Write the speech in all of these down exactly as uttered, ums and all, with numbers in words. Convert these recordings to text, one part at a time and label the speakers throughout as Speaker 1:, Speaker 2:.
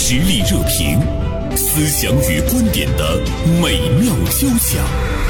Speaker 1: 实力热评，思想与观点的美妙交响。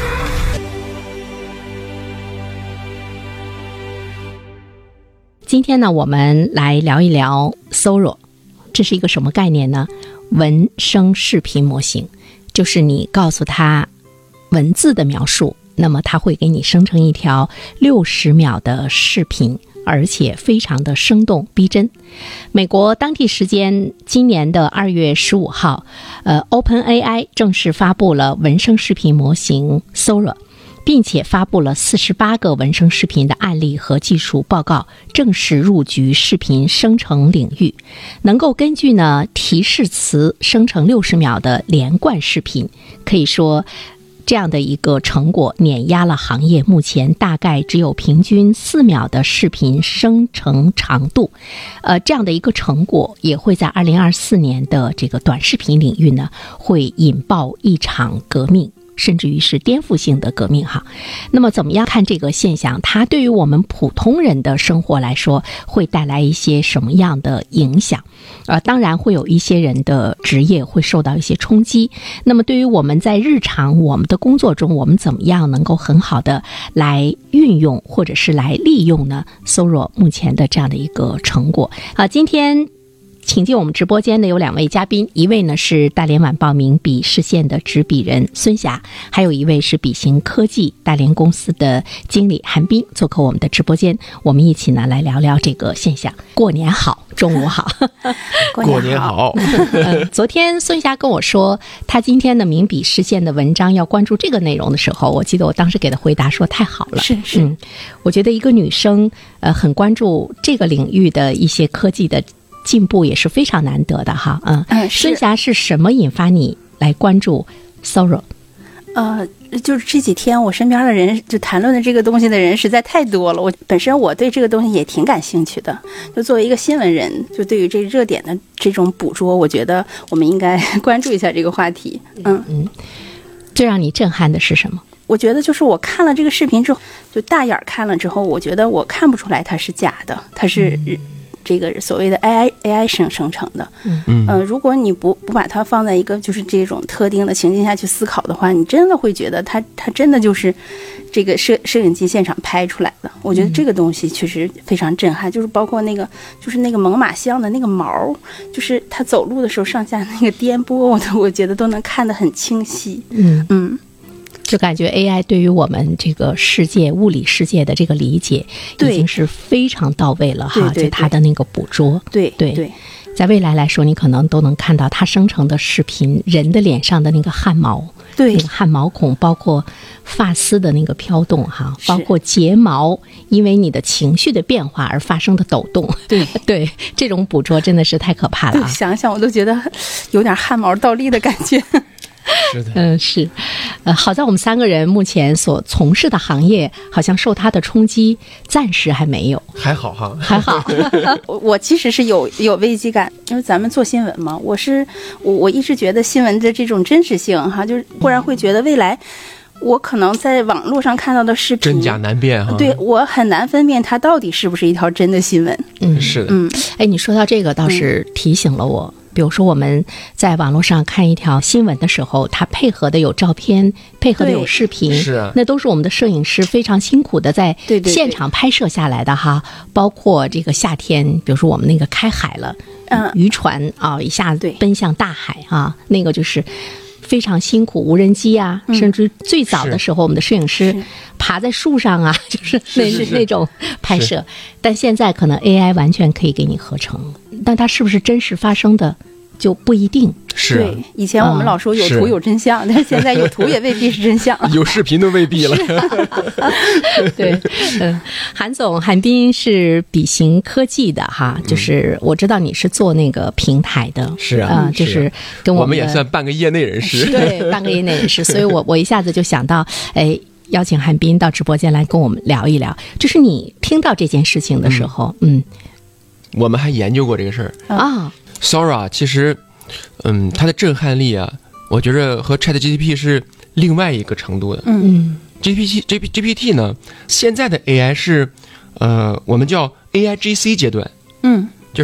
Speaker 2: 今天呢，我们来聊一聊 Sora， 这是一个什么概念呢？文声视频模型，就是你告诉它文字的描述，那么它会给你生成一条六十秒的视频，而且非常的生动逼真。美国当地时间今年的二月十五号，呃 ，OpenAI 正式发布了文声视频模型 Sora，并且发布了四十八个文声视频的案例和技术报告，正式入局视频生成领域，能够根据呢提示词生成六十秒的连贯视频。可以说这样的一个成果碾压了行业目前大概只有平均四秒的视频生成长度。呃，这样的一个成果也会在二零二四年的这个短视频领域呢，会引爆一场革命，甚至于是颠覆性的革命哈。那么怎么样看这个现象？它对于我们普通人的生活来说，会带来一些什么样的影响？呃，当然会有一些人的职业会受到一些冲击。那么对于我们在日常我们的工作中，我们怎么样能够很好的来运用或者是来利用呢 Sora 目前的这样的一个成果啊？今天请进我们直播间的有两位嘉宾，一位呢是大连晚报名笔视线的执笔人孙霞，还有一位是笔行科技大连公司的经理韩斌，做客我们的直播间，我们一起呢来聊聊这个现象。过年好，中午好。
Speaker 3: 过年好。
Speaker 2: 呃、昨天孙霞跟我说，他今天的名笔视线的文章要关注这个内容的时候，我记得我当时给他回答说太好了。
Speaker 3: 是是、
Speaker 2: 嗯，我觉得一个女生呃很关注这个领域的一些科技的进步也是非常难得的哈。嗯，
Speaker 3: 嗯
Speaker 2: 孙霞是什么引发你来关注 Sora？
Speaker 3: 呃，就是这几天我身边的人就谈论的这个东西的人实在太多了。我本身我对这个东西也挺感兴趣的，就作为一个新闻人，就对于这热点的这种捕捉，我觉得我们应该关注一下这个话题。嗯
Speaker 2: 嗯，最让你震撼的是什么？
Speaker 3: 我觉得就是我看了这个视频之后，就大眼看了之后，我觉得我看不出来它是假的，它是、嗯这个所谓的 A I A I 生生成的。
Speaker 2: 嗯
Speaker 3: 嗯、呃，如果你不不把它放在一个就是这种特定的情境下去思考的话，你真的会觉得它它真的就是这个摄摄影机现场拍出来的。我觉得这个东西确实非常震撼，就是包括那个就是那个猛犸象的那个毛，就是它走路的时候上下那个颠簸，我都我觉得都能看得很清晰。
Speaker 2: 嗯
Speaker 3: 嗯。
Speaker 2: 就感觉 A I 对于我们这个世界物理世界的这个理解已经是非常到位了哈，
Speaker 3: 对对对，
Speaker 2: 就它的那个捕捉，
Speaker 3: 对
Speaker 2: 对
Speaker 3: 对，
Speaker 2: 在未来来说，你可能都能看到它生成的视频，人的脸上的那个汗毛，
Speaker 3: 对，
Speaker 2: 那个汗毛孔，包括发丝的那个飘动哈，包括睫毛因为你的情绪的变化而发生的抖动，
Speaker 3: 对
Speaker 2: 对，这种捕捉真的是太可怕了啊！
Speaker 3: 想想我都觉得有点汗毛倒立的感觉。
Speaker 2: 是的，嗯，是，呃，好在我们三个人目前所从事的行业，好像受它的冲击暂时还没有，
Speaker 4: 还好哈，
Speaker 2: 还好。
Speaker 3: 我我其实是有有危机感，因为咱们做新闻嘛，我是我我一直觉得新闻的这种真实性哈，就是忽然会觉得未来我可能在网络上看到的视频
Speaker 4: 真假难辨哈，
Speaker 3: 对我很难分辨它到底是不是一条真的新闻。
Speaker 2: 嗯，
Speaker 4: 是的，
Speaker 3: 嗯，
Speaker 2: 哎，你说到这个倒是提醒了我。嗯，比如说我们在网络上看一条新闻的时候，它配合的有照片，配合的有视频，
Speaker 4: 是啊，
Speaker 2: 那都是我们的摄影师非常辛苦的在现场拍摄下来的哈。对对对，包括这个夏天，比如说我们那个开海了，
Speaker 3: 嗯，
Speaker 2: 渔船啊一下奔向大海啊，那个就是非常辛苦，无人机啊，
Speaker 3: 嗯、
Speaker 2: 甚至最早的时候，我们的摄影师爬在树上啊，就是那是那种拍摄。但现在可能 A I 完全可以给你合成，但它是不是真实发生的就不一定。
Speaker 4: 是、啊，
Speaker 3: 对，以前我们老说有图有真相，嗯、但是现在有图也未必是真相，
Speaker 4: 有视频都未必了。
Speaker 2: 对，嗯，韩总韩斌是笔行科技的哈，就是我知道你是做那个平台的，
Speaker 4: 是啊，
Speaker 2: 呃、就是跟
Speaker 4: 我们也算半个业内人士，
Speaker 2: 对，半个业内人士，所以我我一下子就想到，哎。邀请韩斌到直播间来跟我们聊一聊，就是你听到这件事情的时候，嗯，嗯
Speaker 4: 我们还研究过这个事儿
Speaker 2: 啊。
Speaker 4: Sora 其实，嗯，它的震撼力啊，我觉得和 ChatGPT 是另外一个程度的。
Speaker 2: 嗯
Speaker 4: ，G P T G P G P T 呢，现在的 A I 是，呃，我们叫 A I G C 阶段，
Speaker 3: 嗯，
Speaker 4: 就是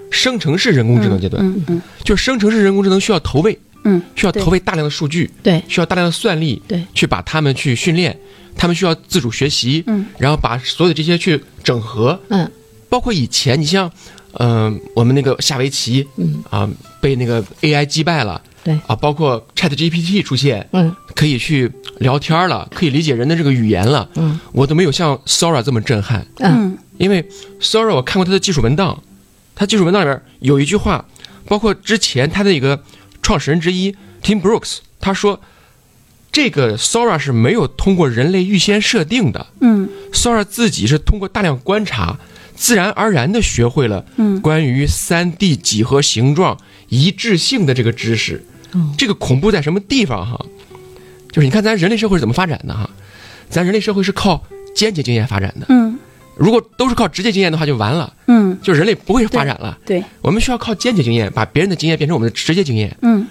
Speaker 4: 生成式人工智能阶段，
Speaker 3: 嗯嗯，
Speaker 4: 就是生成式人工智能需要投喂，
Speaker 3: 嗯，
Speaker 4: 需要投喂大量的数据，
Speaker 2: 对，
Speaker 4: 需要大量的算力，
Speaker 2: 对，
Speaker 4: 去把它们去训练，他们需要自主学习，
Speaker 3: 嗯，
Speaker 4: 然后把所有的这些去整合，
Speaker 2: 嗯，
Speaker 4: 包括以前你像，嗯、呃，我们那个下围棋，
Speaker 2: 嗯
Speaker 4: 啊，被那个 A I 击败了，
Speaker 2: 对
Speaker 4: 啊，包括 Chat G P T 出现，
Speaker 2: 嗯，
Speaker 4: 可以去聊天了，可以理解人的这个语言了，
Speaker 2: 嗯，
Speaker 4: 我都没有像 Sora 这么震撼，
Speaker 2: 嗯
Speaker 4: 因为 Sora 我看过他的技术文档，他技术文档里边有一句话，包括之前他的一个创始人之一 Tim Brooks 他说，这个 Sora 是没有通过人类预先设定的，
Speaker 3: 嗯
Speaker 4: Sora 自己是通过大量观察，自然而然的学会了关于 三 D 几何形状一致性的这个知识。
Speaker 2: 嗯，
Speaker 4: 这个恐怖在什么地方哈？就是你看咱人类社会是怎么发展的哈？咱人类社会是靠间接经验发展的。
Speaker 3: 嗯，
Speaker 4: 如果都是靠直接经验的话，就完了。
Speaker 3: 嗯，
Speaker 4: 就人类不会发展了。
Speaker 3: 对，
Speaker 4: 我们需要靠间接经验，把别人的经验变成我们的直接经验。
Speaker 3: 嗯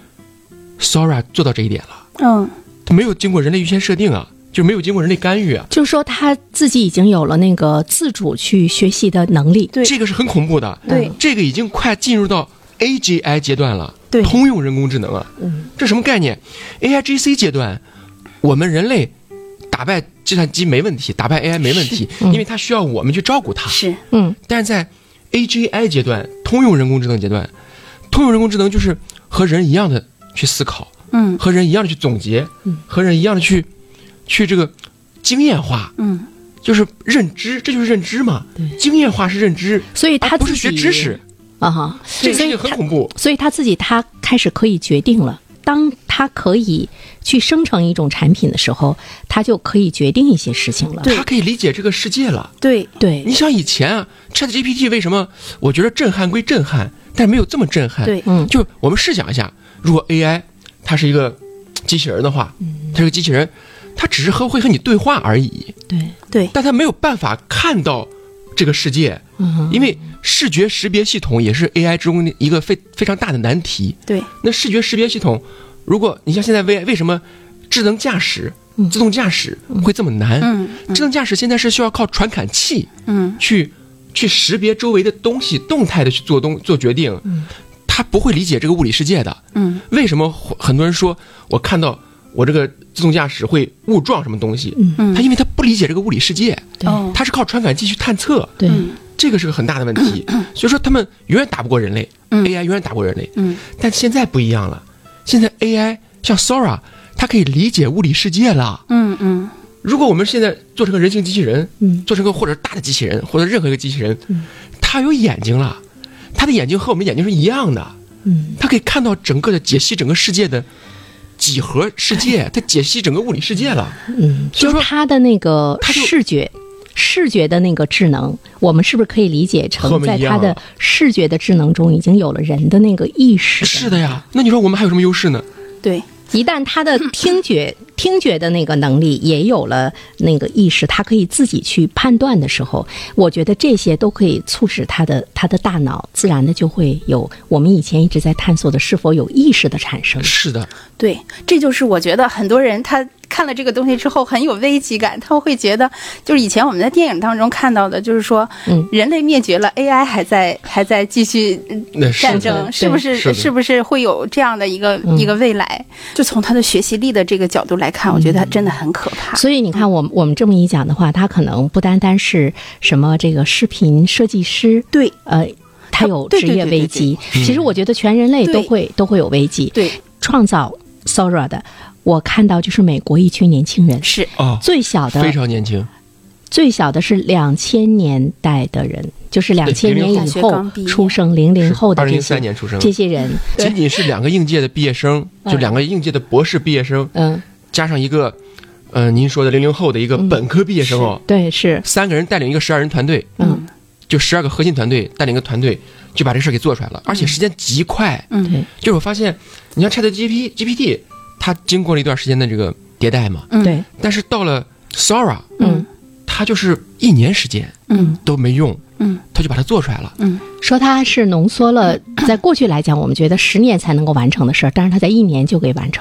Speaker 4: Sora 做到这一点了，
Speaker 3: 嗯，
Speaker 4: 他没有经过人类预先设定啊，就没有经过人类干预啊。
Speaker 2: 就是说他自己已经有了那个自主去学习的能力。
Speaker 3: 对，
Speaker 4: 这个是很恐怖的。
Speaker 3: 对，
Speaker 4: 这个已经快进入到 A G I 阶段了。
Speaker 3: 对，
Speaker 4: 通用人工智能啊，
Speaker 2: 嗯，
Speaker 4: 这什么概念 ？A I G C 阶段，我们人类打败计算机没问题，打败 A I 没问题，
Speaker 2: 嗯
Speaker 4: 因为它需要我们去照顾它。
Speaker 3: 是，
Speaker 2: 嗯，
Speaker 4: 但是在 A G I 阶段，通用人工智能阶段，通用人工智能就是和人一样的去思考，
Speaker 3: 嗯
Speaker 4: 和人一样的去总结，
Speaker 2: 嗯，
Speaker 4: 和人一样的去去这个经验化，
Speaker 3: 嗯，
Speaker 4: 就是认知，这就是认知嘛。
Speaker 2: 对，
Speaker 4: 经验化是认知，
Speaker 2: 所以他
Speaker 4: 而不是
Speaker 2: 自己
Speaker 4: 学知识。
Speaker 2: 啊哈，
Speaker 4: 这个事情
Speaker 2: 所以他
Speaker 4: 很恐怖。
Speaker 2: 所以他自己他开始可以决定了。当他可以去生成一种产品的时候，他就可以决定一些事情了。
Speaker 3: 对
Speaker 4: 他可以理解这个世界了。
Speaker 3: 对
Speaker 2: 对
Speaker 4: 你想以前啊 ，ChatGPT 为什么我觉得震撼归震撼，但没有这么震撼？
Speaker 3: 对，
Speaker 2: 嗯，
Speaker 4: 就我们试想一下，如果 A I 它是一个机器人的话，它是个机器人，它只是和会和你对话而已，
Speaker 2: 对，
Speaker 3: 对，
Speaker 4: 但它没有办法看到这个世界，
Speaker 2: 嗯哼，
Speaker 4: 因为视觉识别系统也是 A I 中的一个非非常大的难题。
Speaker 3: 对，
Speaker 4: 那视觉识别系统，如果你像现在为为什么智能驾驶、
Speaker 2: 嗯
Speaker 4: 自动驾驶会这么难？
Speaker 3: 嗯
Speaker 4: 智能驾驶现在是需要靠传感器
Speaker 3: 嗯
Speaker 4: 去去识别周围的东西，动态的去做东做决定，
Speaker 2: 嗯
Speaker 4: 它不会理解这个物理世界的。
Speaker 3: 嗯
Speaker 4: 为什么很多人说我看到我这个自动驾驶会误撞什么东西？
Speaker 2: 嗯
Speaker 3: 嗯，
Speaker 4: 它因为它不理解这个物理世界，
Speaker 2: 对
Speaker 3: 哦，
Speaker 4: 它是靠传感器去探测，
Speaker 2: 对，
Speaker 3: 嗯
Speaker 4: 这个是个很大的问题。所以说他们永远打不过人类、
Speaker 3: 嗯
Speaker 4: a i 永远打不过人类。
Speaker 3: 嗯
Speaker 4: 但现在不一样了，现在 A I 像 Sora， 它可以理解物理世界了。
Speaker 3: 嗯嗯
Speaker 4: 如果我们现在做成个人形机器人，
Speaker 2: 嗯
Speaker 4: 做成个或者大的机器人，或者任何一个机器人，
Speaker 2: 嗯
Speaker 4: 它有眼睛了，它的眼睛和我们眼睛是一样的，
Speaker 2: 嗯
Speaker 4: 它可以看到整个的解析整个世界的几何世界，它解析整个物理世界了。
Speaker 2: 嗯，
Speaker 4: 所以说
Speaker 2: 就是他的那个
Speaker 4: 他就
Speaker 2: 视觉。视觉的那个智能，我们是不是可以理解
Speaker 4: 和我
Speaker 2: 成
Speaker 4: 们一样啊
Speaker 2: 在他的视觉的智能中已经有了人的那个意识？
Speaker 4: 是的呀，那你说我们还有什么优势呢？
Speaker 3: 对，
Speaker 2: 一旦他的听觉听觉的那个能力也有了那个意识，他可以自己去判断的时候，我觉得这些都可以促使他的他的大脑自然的就会有我们以前一直在探索的是否有意识的产生。
Speaker 4: 是的，
Speaker 3: 对，这就是我觉得很多人他看了这个东西之后很有危机感，他会觉得就是以前我们在电影当中看到的，就是说，
Speaker 2: 嗯
Speaker 3: 人类灭绝了 ，A I 还在还在继续
Speaker 4: 那是的
Speaker 3: 战争，是不是？
Speaker 4: 是的
Speaker 3: 是不是会有这样的一个、
Speaker 2: 嗯
Speaker 3: 一个未来？就从他的学习力的这个角度来看，我觉得真的很可怕。
Speaker 2: 所以你看，我们我们这么一讲的话，他可能不单单是什么这个视频设计师，
Speaker 3: 对，
Speaker 2: 呃，他有
Speaker 3: 对
Speaker 2: 职业
Speaker 3: 对对对
Speaker 2: 危机。
Speaker 4: 对
Speaker 2: 其实我觉得全人类
Speaker 3: 对
Speaker 2: 都会都会有危机。
Speaker 3: 对，
Speaker 2: 创造 Sora 的，我看到就是美国一群年轻人，
Speaker 3: 是，
Speaker 4: 哦，
Speaker 2: 最小的
Speaker 4: 非常年轻，
Speaker 2: 最小的是两千年代的人，就是两千年以
Speaker 3: 大学
Speaker 2: 后
Speaker 3: 刚毕业
Speaker 2: 出生零零后的
Speaker 4: 二零零
Speaker 2: 这些
Speaker 4: 三年出生，
Speaker 2: 这些人，
Speaker 4: 仅仅是两个应届的毕业生，就两个应届的博士毕业生，
Speaker 2: 嗯，
Speaker 4: 加上一个，呃，您说的零零后的一个本科毕业生哦，
Speaker 2: 对，是，
Speaker 4: 三个人带领一个十二人团队，
Speaker 2: 嗯，
Speaker 4: 就十二个核心团队带领一个团队，就把这事儿给做出来了，而且时间极快。
Speaker 3: 嗯
Speaker 2: 对，
Speaker 4: 就是我发现，你像 Chat G P G P T， 它经过了一段时间的这个迭代嘛，
Speaker 3: 嗯
Speaker 2: 对，
Speaker 4: 但是到了 Sora，
Speaker 2: 嗯
Speaker 4: 它就是一年时间
Speaker 3: 嗯
Speaker 4: 都没用，
Speaker 3: 嗯
Speaker 4: 它就把它做出来了。
Speaker 3: 嗯
Speaker 2: 说它是浓缩了，在过去来讲，我们觉得十年才能够完成的事儿，但是它在一年就给完成了。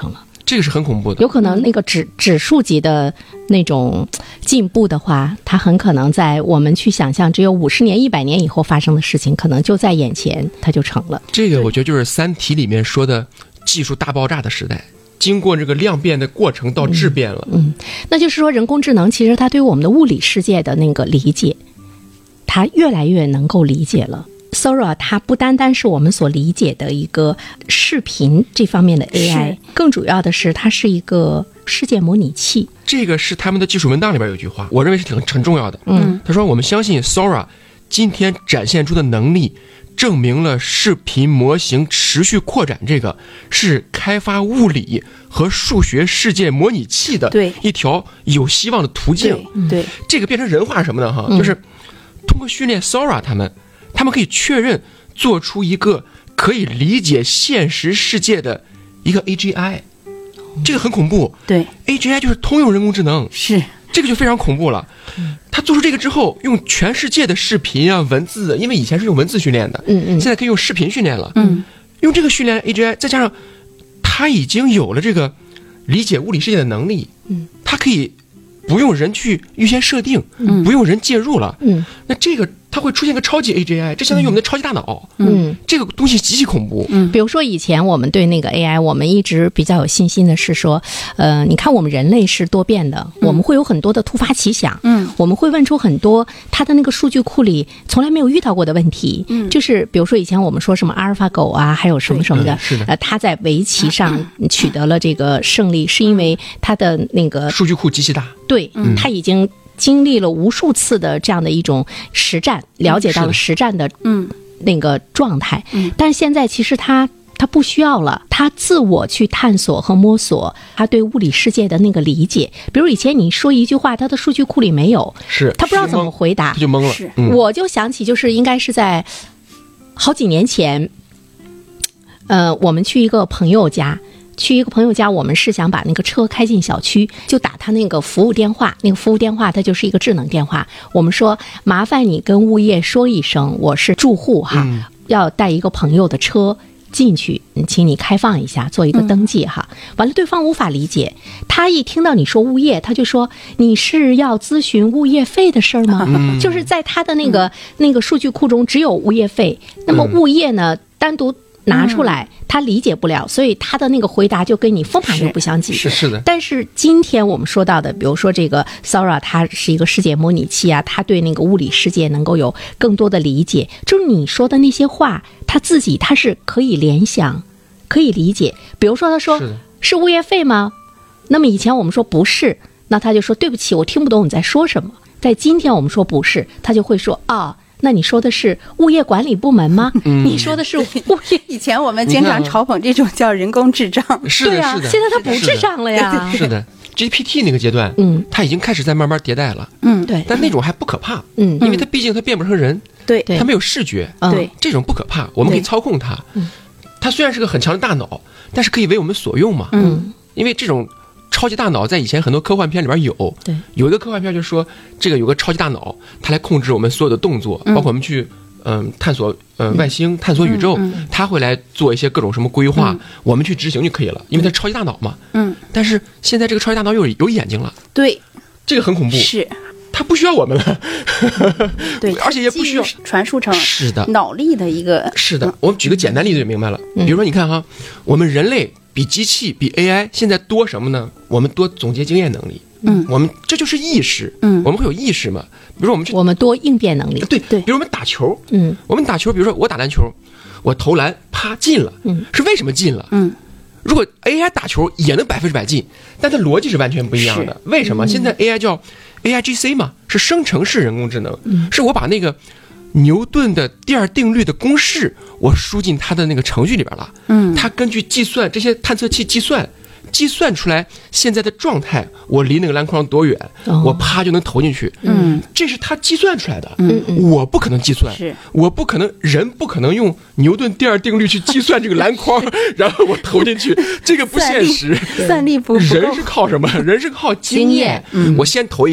Speaker 4: 这个是很恐怖的。
Speaker 2: 有可能那个指指数级的那种进步的话，它很可能在我们去想象只有五十年、一百年以后发生的事情，可能就在眼前，它就成了。
Speaker 4: 这个我觉得就是《三体》里面说的技术大爆炸的时代，经过这个量变的过程到质变了。
Speaker 2: 嗯，嗯那就是说，人工智能其实它对于我们的物理世界的那个理解，它越来越能够理解了。Sora 它不单单是我们所理解的一个视频这方面的 A I， 更主要的是它是一个世界模拟器。
Speaker 4: 这个是他们的技术文档里边有一句话，我认为是挺很重要的。
Speaker 2: 嗯，
Speaker 4: 他说我们相信 Sora 今天展现出的能力，证明了视频模型持续扩展这个是开发物理和数学世界模拟器的一条有希望的途径。
Speaker 3: 对，对
Speaker 4: 这个变成人话什么呢？哈、嗯，就是通过训练 Sora 他们。他们可以确认做出一个可以理解现实世界的一个 A G I， 这个很恐怖。
Speaker 3: 对
Speaker 4: ，A G I 就是通用人工智能，
Speaker 3: 是
Speaker 4: 这个就非常恐怖了。他做出这个之后，用全世界的视频啊、文字，因为以前是用文字训练的，
Speaker 2: 嗯嗯，
Speaker 4: 现在可以用视频训练了。
Speaker 3: 嗯，
Speaker 4: 用这个训练 A G I， 再加上他已经有了这个理解物理世界的能力，
Speaker 2: 嗯，
Speaker 4: 他可以不用人去预先设定，
Speaker 2: 嗯，
Speaker 4: 不用人介入了，
Speaker 2: 嗯，
Speaker 4: 那这个。它会出现个超级 A G I， 这相当于我们的超级大脑。
Speaker 2: 嗯，
Speaker 4: 这个东西极其恐怖。
Speaker 2: 嗯，比如说以前我们对那个 A I， 我们一直比较有信心的是说，呃，你看我们人类是多变的，嗯、我们会有很多的突发奇想，
Speaker 3: 嗯，
Speaker 2: 我们会问出很多它的那个数据库里从来没有遇到过的问题。
Speaker 3: 嗯，
Speaker 2: 就是比如说以前我们说什么阿尔法狗啊，还有什么什么的，
Speaker 4: 嗯、是的，
Speaker 2: 呃，它在围棋上取得了这个胜利，是因为它的那个
Speaker 4: 数据库极其大。
Speaker 2: 对，嗯、它已经。经历了无数次的这样的一种实战，了解到了实战的嗯那个状态，
Speaker 3: 嗯，
Speaker 2: 但是现在其实他他不需要了，他自我去探索和摸索，他对物理世界的那个理解。比如以前你说一句话，他的数据库里没有，
Speaker 4: 是
Speaker 2: 他不知道怎么回答，
Speaker 4: 他就懵了。
Speaker 2: 嗯、我就想起，就是应该是在好几年前，呃，我们去一个朋友家。去一个朋友家，我们是想把那个车开进小区，就打他那个服务电话，那个服务电话它就是一个智能电话。我们说麻烦你跟物业说一声，我是住户哈，嗯、要带一个朋友的车进去，请你开放一下，做一个登记哈。完了，对方无法理解，他一听到你说物业，他就说你是要咨询物业费的事儿吗？嗯、就是在他的那个、嗯、那个数据库中只有物业费，那么物业呢单独拿出来。嗯他理解不了，所以他的那个回答就跟你风马牛不相及。
Speaker 4: 是是的。
Speaker 2: 但是今天我们说到的，比如说这个 Sora， 它是一个世界模拟器啊，它对那个物理世界能够有更多的理解。就是你说的那些话，他自己他是可以联想，可以理解。比如说他说 是, 是物业费吗？那么以前我们说不是，那他就说对不起，我听不懂你在说什么。在今天我们说不是，他就会说啊。那你说的是物业管理部门吗？嗯、你说的是物业。
Speaker 3: 以前我们经常嘲讽这种叫人工智障。
Speaker 4: 是的，
Speaker 2: 对啊，
Speaker 4: 是的。
Speaker 2: 现在它不智障了呀。
Speaker 4: 是的 ，G P T 那个阶段，嗯，它已经开始在慢慢迭代了。
Speaker 2: 嗯，对。
Speaker 4: 但那种还不可怕，
Speaker 2: 嗯，
Speaker 4: 因为它毕竟它变不成人，
Speaker 3: 对，
Speaker 4: 它没有视觉，
Speaker 3: 对，
Speaker 4: 这种不可怕，我们可以操控它。嗯，它虽然是个很强的大脑，但是可以为我们所用嘛。
Speaker 2: 嗯，
Speaker 4: 因为这种。超级大脑在以前很多科幻片里边有，
Speaker 2: 对，
Speaker 4: 有一个科幻片就说这个有个超级大脑，它来控制我们所有的动作，嗯、包括我们去嗯、呃、探索嗯、呃、外星、探索宇宙，
Speaker 3: 嗯嗯、
Speaker 4: 它会来做一些各种什么规划，嗯、我们去执行就可以了，因为它是超级大脑嘛。
Speaker 3: 嗯。
Speaker 4: 但是现在这个超级大脑有有眼睛了，
Speaker 3: 对，
Speaker 4: 这个很恐怖。
Speaker 3: 是。
Speaker 4: 它不需要我们了，
Speaker 3: 对，
Speaker 4: 而且也不需要
Speaker 3: 传输成
Speaker 4: 是的
Speaker 3: 脑力的一个。
Speaker 4: 是的，我们举个简单例子就明白了。嗯、比如说，你看哈，我们人类比机器、比 A I 现在多什么呢？我们多总结经验能力。
Speaker 3: 嗯，
Speaker 4: 我们这就是意识。嗯，我们会有意识嘛？比如说我们去，
Speaker 2: 我们多应变能力。
Speaker 4: 对对，比如我们打球，
Speaker 2: 嗯，
Speaker 4: 我们打球，比如说我打篮球，我投篮，啪进了，嗯，是为什么进了？
Speaker 3: 嗯。
Speaker 4: 如果 A I 打球也能百分之百进，但它逻辑是完全不一样的。为什么？现在 A I 叫 A I G C 嘛，是生成式人工智能，
Speaker 2: 嗯、
Speaker 4: 是我把那个牛顿的第二定律的公式我输进它的那个程序里边了。
Speaker 3: 嗯，
Speaker 4: 它根据计算这些探测器计算，计算出来现在的状态，我离那个篮筐多远，
Speaker 2: 哦、
Speaker 4: 我啪就能投进去。
Speaker 3: 嗯，
Speaker 4: 这是他计算出来的。
Speaker 3: 嗯
Speaker 2: 嗯，
Speaker 4: 我不可能计算，
Speaker 3: 是
Speaker 4: 我不可能，人不可能用牛顿第二定律去计算这个篮筐，然后我投进去，这个不现实。
Speaker 3: 算力不够。
Speaker 4: 人是靠什么？人是靠经验。
Speaker 3: 经验嗯、
Speaker 4: 我先投一个，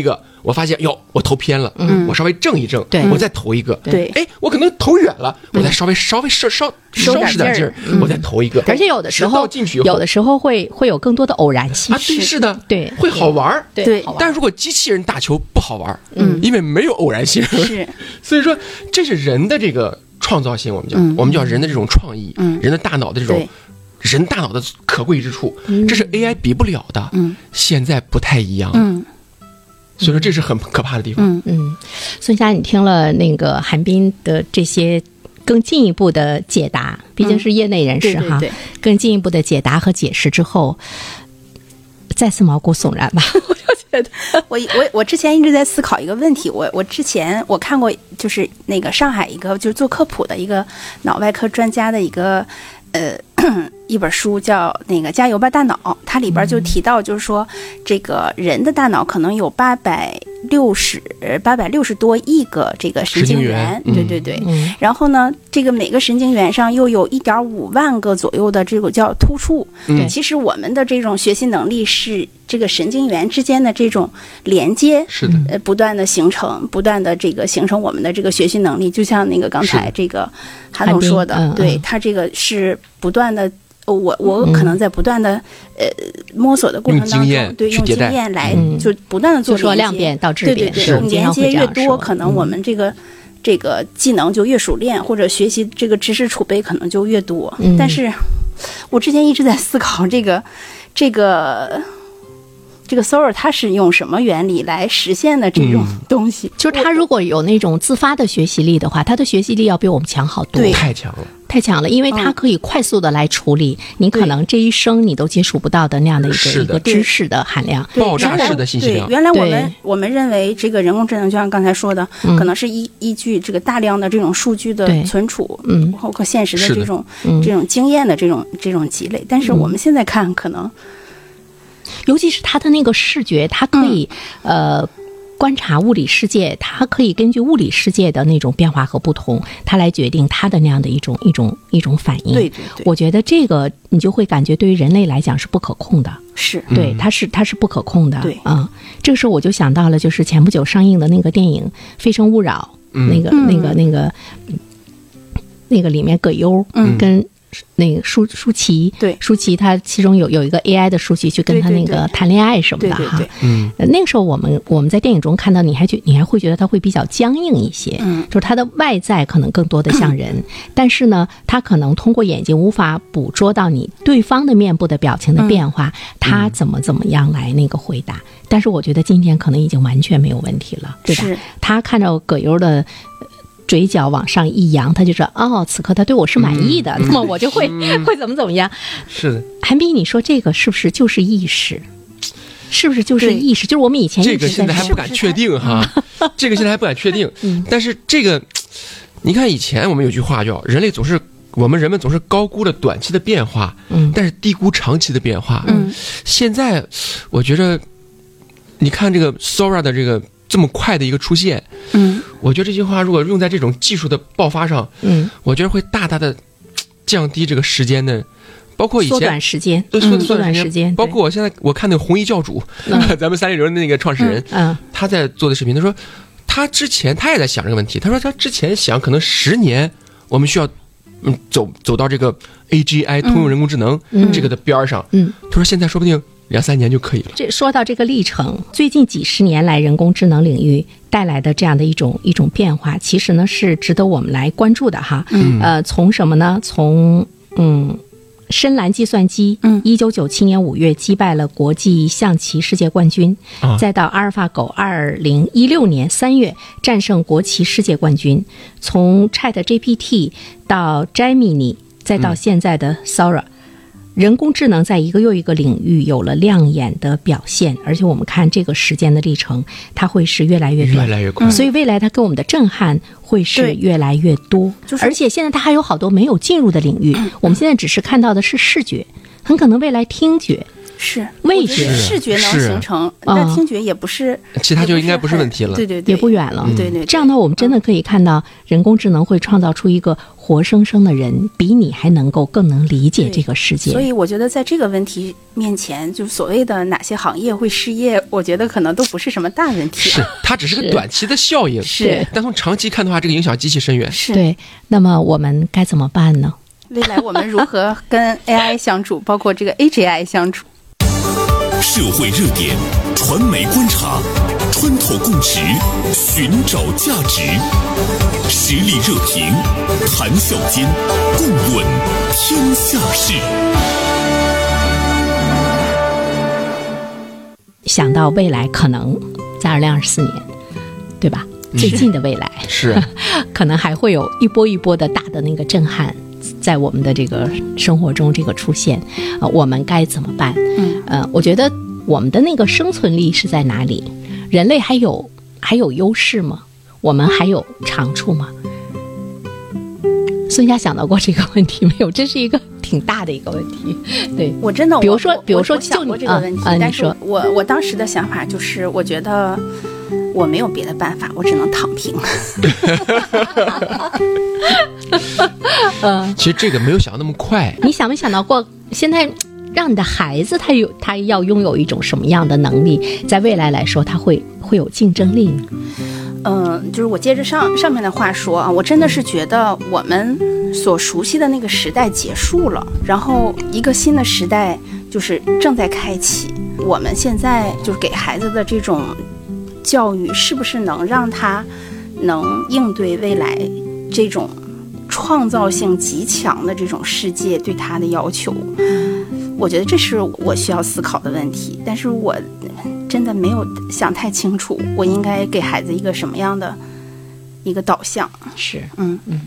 Speaker 4: 我发现哟，我头偏了，
Speaker 2: 嗯
Speaker 4: 我稍微正一正，
Speaker 2: 对
Speaker 4: 我再投一个，
Speaker 3: 对
Speaker 4: 哎，我可能投远了，我再稍微稍微稍稍稍使点劲儿，我再投一个，
Speaker 2: 而且有的时候
Speaker 4: 进去以后
Speaker 2: 有的时候会会有更多的偶然性
Speaker 4: 啊，对，是的，
Speaker 2: 对，
Speaker 4: 会好玩儿，
Speaker 3: 对
Speaker 2: 好玩
Speaker 4: 但如果机器人打球不好玩，
Speaker 3: 嗯，
Speaker 4: 因为没有偶然性，
Speaker 3: 是，
Speaker 4: 所以说这是人的这个创造性，我们叫、
Speaker 3: 嗯、
Speaker 4: 我们叫人的这种创意，
Speaker 3: 嗯，
Speaker 4: 人的大脑的这种人大脑的可贵之处，
Speaker 2: 嗯、
Speaker 4: 这是 A I 比不了的，
Speaker 3: 嗯，
Speaker 4: 现在不太一样，
Speaker 3: 嗯，
Speaker 4: 所以说这是很可怕的地方，
Speaker 3: 嗯
Speaker 2: 嗯，孙佳，你听了那个韩冰的这些更进一步的解答，毕竟是业内人士、
Speaker 3: 嗯、
Speaker 2: 哈，
Speaker 3: 对对对
Speaker 2: 更进一步的解答和解释之后，再次毛骨悚然吧？我就觉得，
Speaker 3: 我我我之前一直在思考一个问题，我我之前我看过，就是那个上海一个就是做科普的一个脑外科专家的一个呃一本书，叫那个《加油吧大脑》，它里边就提到，就是说这个人的大脑可能有八百六十八百六十多亿个这个神经元，
Speaker 4: 嗯、
Speaker 3: 对对对、
Speaker 2: 嗯。
Speaker 3: 然后呢，这个每个神经元上又有一点五万个左右的这个叫突触。
Speaker 4: 嗯，
Speaker 3: 其实我们的这种学习能力是这个神经元之间的这种连接，
Speaker 4: 是的，
Speaker 3: 呃，不断的形成，不断的这个形成我们的这个学习能力。就像那个刚才这个韩总说的，
Speaker 2: 嗯、
Speaker 3: 对他这个是不断的。我我可能在不断的、嗯、呃摸索的过程当中，对，用经验来就不断的做连接，
Speaker 2: 就说量变到质变，
Speaker 3: 对对对，连接越多，可能我们这个、嗯、这个技能就越熟练，或者学习这个知识储备可能就越多。
Speaker 2: 嗯、
Speaker 3: 但是，我之前一直在思考这个这个。这个 Sora 它是用什么原理来实现的这种东西？
Speaker 2: 嗯、就是它如果有那种自发的学习力的话，它的学习力要比我们强好多，
Speaker 3: 对，
Speaker 4: 太强了，
Speaker 2: 太强了，因为它可以快速的来处理、嗯、你可能这一生你都接触不到的那样的一个一个知识的含量，
Speaker 4: 爆炸式的信息量。
Speaker 3: 原来我们我们认为这个人工智能就像刚才说的，
Speaker 2: 嗯、
Speaker 3: 可能是依依据这个大量的这种数据的存储，
Speaker 2: 嗯，
Speaker 3: 包括现实的这种
Speaker 2: 嗯、
Speaker 3: 这种经验的这种这种积累，但是我们现在看可能。
Speaker 2: 尤其是它的那个视觉，它可以、嗯、呃观察物理世界，它可以根据物理世界的那种变化和不同，它来决定它的那样的一种一种一种反应。
Speaker 3: 对对对，
Speaker 2: 我觉得这个你就会感觉对于人类来讲是不可控的。
Speaker 3: 是，
Speaker 2: 对，它是它是不可控的。
Speaker 3: 对
Speaker 2: 啊、嗯，这个时候我就想到了，就是前不久上映的那个电影《非诚勿扰》，
Speaker 4: 嗯、
Speaker 2: 那个那个那个那个里面葛优跟、嗯。那个舒舒淇，
Speaker 3: 对
Speaker 2: 舒淇，她其中有有一个 A I 的舒淇去跟她那个谈恋爱什么的哈，
Speaker 4: 嗯，
Speaker 2: 那个时候我们我们在电影中看到，你还觉你还会觉得她会比较僵硬一些，
Speaker 3: 嗯，
Speaker 2: 就是她的外在可能更多的像人，嗯、但是呢，她可能通过眼睛无法捕捉到你对方的面部的表情的变化，她、嗯、怎么怎么样来那个回答。但是我觉得今天可能已经完全没有问题了，对吧？她看着葛优的嘴角往上一扬，他就说哦，此刻他对我是满意的，那、嗯、么我就会、嗯、会怎么怎么样。
Speaker 4: 是的，
Speaker 2: 韩冰，你说这个是不是就是意识？是不是就是意识？就是我们以前一直在
Speaker 4: 这个现在还不敢确定哈，这个现在还不敢确定。嗯、但是这个，你看以前我们有句话叫人类总是我们人们总是高估了短期的变化，
Speaker 2: 嗯，
Speaker 4: 但是低估长期的变化。
Speaker 3: 嗯，
Speaker 4: 现在我觉得，你看这个 Sora 的这个。这么快的一个出现，
Speaker 3: 嗯，
Speaker 4: 我觉得这句话如果用在这种技术的爆发上，
Speaker 2: 嗯，
Speaker 4: 我觉得会大大的降低这个时间的，包括以前
Speaker 2: 缩短时间，
Speaker 4: 对，
Speaker 2: 嗯、缩短时间，
Speaker 4: 包括我现在我看那个红衣教主，嗯、咱们三六零的那个创始人，
Speaker 2: 嗯，嗯
Speaker 4: 他在做的视频，他说他之前他也在想这个问题，他说他之前想可能十年我们需要嗯走走到这个 A G I 通用人工智能、
Speaker 2: 嗯、
Speaker 4: 这个的边上，
Speaker 2: 嗯，
Speaker 4: 他说现在说不定。两三年就可以了。
Speaker 2: 这说到这个历程，最近几十年来，人工智能领域带来的这样的一种一种变化，其实呢是值得我们来关注的哈。
Speaker 3: 嗯，
Speaker 2: 呃，从什么呢？从嗯，深蓝计算机，
Speaker 3: 嗯，
Speaker 2: 一九九七年五月击败了国际象棋世界冠军，
Speaker 4: 啊、
Speaker 2: 再到阿尔法狗，二零一六年三月战胜国棋世界冠军，从 Chat G P T 到 Gemini， 再到现在的 Sora。嗯，人工智能在一个又一个领域有了亮眼的表现，而且我们看这个时间的历程，它会是越来越短，
Speaker 4: 越来越快。
Speaker 2: 所以未来它给我们的震撼会是越来越多。
Speaker 3: 就是、
Speaker 2: 而且现在它还有好多没有进入的领域，我们现在只是看到的是视觉，很可能未来听觉。
Speaker 3: 是
Speaker 2: 味觉
Speaker 3: 视觉能形成，那听觉也不是，
Speaker 4: 其他就应该不是问题了。
Speaker 3: 对对对，
Speaker 2: 也不远了。
Speaker 3: 对对，
Speaker 2: 这样呢，我们真的可以看到，人工智能会创造出一个活生生的人，比你还能够更能理解这个世界。
Speaker 3: 所以我觉得在这个问题面前，就所谓的哪些行业会失业，我觉得可能都不是什么大问题。
Speaker 4: 是，它只是个短期的效应。
Speaker 3: 是，
Speaker 4: 但从长期看的话，这个影响极其深远。
Speaker 3: 是。
Speaker 2: 对，那么我们该怎么办呢？
Speaker 3: 未来我们如何跟 A I 相处，包括这个 A G I 相处？
Speaker 1: 社会热点，传媒观察，穿透共识，寻找价值，实力热评，谈笑间，共论天下事。
Speaker 2: 想到未来可能在二零二四年，对吧？最近的未来
Speaker 4: 是，
Speaker 2: 可能还会有一波一波的大的那个震撼，在我们的这个生活中这个出现，呃，我们该怎么办？
Speaker 3: 嗯，
Speaker 2: 呃，我觉得我们的那个生存力是在哪里？人类还有还有优势吗？我们还有长处吗？孙佳想到过这个问题没有？这是一个挺大的一个问题。对，
Speaker 3: 我真的，
Speaker 2: 比如说，比如说，
Speaker 3: 就想过这个问题，
Speaker 2: 啊啊、
Speaker 3: 但是我我当时的想法就是，我觉得我没有别的办法，我只能躺平。
Speaker 2: 嗯，
Speaker 4: 其实这个没有想到那么快。
Speaker 2: 你想没想到过，现在让你的孩子他有他要拥有一种什么样的能力，在未来来说他会会有竞争力呢？
Speaker 3: 嗯，就是我接着上上面的话说啊，我真的是觉得我们所熟悉的那个时代结束了，然后一个新的时代就是正在开启。我们现在就是给孩子的这种教育，是不是能让他能应对未来这种创造性极强的这种世界对他的要求？我觉得这是我需要思考的问题，但是我真的没有想太清楚，我应该给孩子一个什么样的一个导向。
Speaker 2: 是，
Speaker 3: 嗯
Speaker 2: 嗯。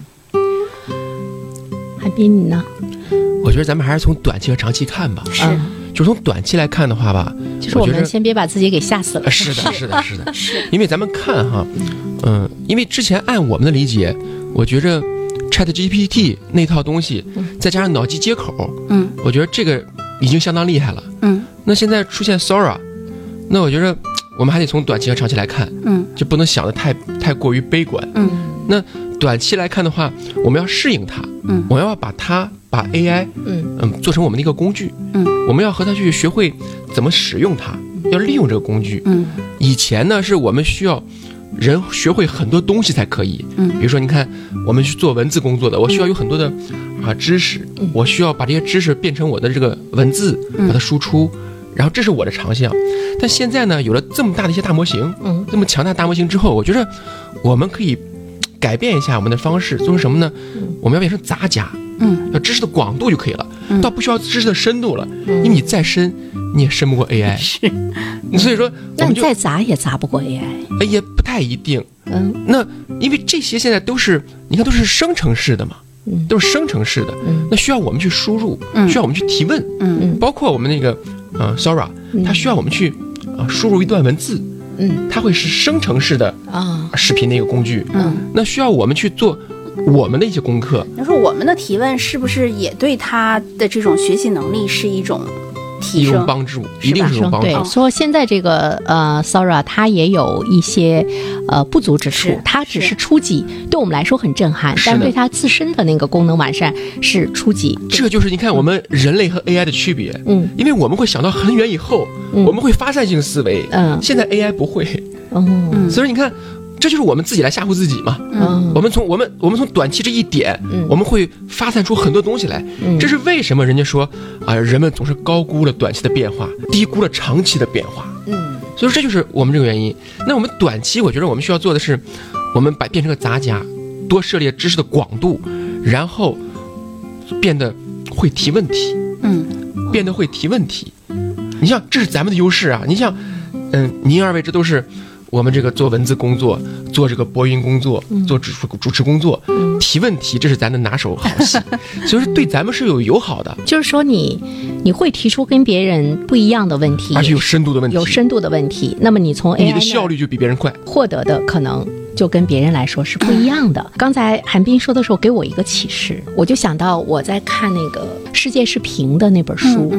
Speaker 2: 海滨你呢？
Speaker 4: 我觉得咱们还是从短期和长期看吧。
Speaker 3: 是，
Speaker 2: 嗯、
Speaker 4: 就是从短期来看的话吧，
Speaker 2: 就是我们先别把自己给吓死了。
Speaker 4: 是的，是的，是的，
Speaker 3: 是。
Speaker 4: 因为咱们看哈，嗯，因为之前按我们的理解，我觉着 ChatGPT 那套东西，再加上脑机接口，
Speaker 3: 嗯，
Speaker 4: 我觉得这个已经相当厉害了。
Speaker 3: 嗯，
Speaker 4: 那现在出现 Sora， 那我觉得我们还得从短期和长期来看，
Speaker 3: 嗯，
Speaker 4: 就不能想得太太过于悲观。
Speaker 3: 嗯，
Speaker 4: 那短期来看的话，我们要适应它，
Speaker 3: 嗯，
Speaker 4: 我们要把它把 A I，
Speaker 2: 嗯
Speaker 4: 嗯，做成我们的一个工具，
Speaker 3: 嗯，
Speaker 4: 我们要和它去学会怎么使用它，要利用这个工具。
Speaker 3: 嗯，
Speaker 4: 以前呢是我们需要人学会很多东西才可以，
Speaker 3: 嗯，
Speaker 4: 比如说你看我们去做文字工作的，我需要有很多的啊知识，我需要把这些知识变成我的这个文字，把它输出。然后这是我的长项，但现在呢，有了这么大的一些大模型，
Speaker 2: 嗯，
Speaker 4: 这么强大大模型之后，我觉得我们可以改变一下我们的方式，做成什么呢？我们要变成杂家，
Speaker 3: 嗯，
Speaker 4: 要知识的广度就可以了，
Speaker 3: 嗯、
Speaker 4: 倒不需要知识的深度了，
Speaker 2: 嗯、
Speaker 4: 因为你再深，你也深不过 A I。
Speaker 3: 是，
Speaker 4: 所以说，
Speaker 2: 那你再杂也杂不过 A I，
Speaker 4: 哎，也不太一定。
Speaker 2: 嗯，
Speaker 4: 那因为这些现在都是，你看都是生成式的嘛。
Speaker 2: 嗯，
Speaker 4: 都是生成式的，
Speaker 2: 嗯，
Speaker 4: 那需要我们去输入，
Speaker 3: 嗯，
Speaker 4: 需要我们去提问，
Speaker 3: 嗯，
Speaker 4: 包括我们那个呃 Sora，它需要我们去啊、呃、输入一段文字，
Speaker 2: 嗯，
Speaker 4: 它会是生成式的
Speaker 2: 啊
Speaker 4: 视频的一个工具，
Speaker 3: 嗯，
Speaker 4: 那需要我们去做我们的一些功课。
Speaker 3: 你说我们的提问是不是也对他的这种学习能力是一种提升、
Speaker 4: 一种帮助，一定是一种帮助。
Speaker 2: 对，说现在这个呃 Sora 它也有一些呃不足之处，它只是初级，对我们来说很震撼，但是对它自身的那个功能完善是初级。
Speaker 4: 这就是你看我们人类和 A I 的区别，
Speaker 2: 嗯，
Speaker 4: 因为我们会想到很远以后，
Speaker 2: 嗯、
Speaker 4: 我们会发散性思维，
Speaker 2: 嗯，
Speaker 4: 现在 A I 不会，
Speaker 2: 嗯，
Speaker 4: 所以你看。这就是我们自己来吓唬自己嘛。
Speaker 2: 嗯，
Speaker 4: 我们从我们我们从短期这一点，
Speaker 2: 嗯，
Speaker 4: 我们会发散出很多东西来。
Speaker 2: 嗯，
Speaker 4: 这是为什么人家说啊、呃，人们总是高估了短期的变化，低估了长期的变化。
Speaker 2: 嗯，
Speaker 4: 所以说这就是我们这个原因。那我们短期，我觉得我们需要做的是，我们把变成个杂家，多涉猎知识的广度，然后变得会提问题。
Speaker 3: 嗯，
Speaker 4: 变得会提问题。你像这是咱们的优势啊！你像，嗯，您二位这都是。我们这个做文字工作，做这个播音工作，做主主持工作，
Speaker 2: 嗯、
Speaker 4: 提问题，这是咱的拿手好戏，所以说对咱们是有友好的。
Speaker 2: 就是说你你会提出跟别人不一样的问题，
Speaker 4: 而且有深度的问题，
Speaker 2: 有深度的问题。那么你从 A I
Speaker 4: 你的效率就比别人快，
Speaker 2: 获得的可能就跟别人来说是不一样的。刚才韩冰说的时候，给我一个启示，我就想到我在看那个《世界是平的》那本书，
Speaker 3: 嗯嗯
Speaker 2: 嗯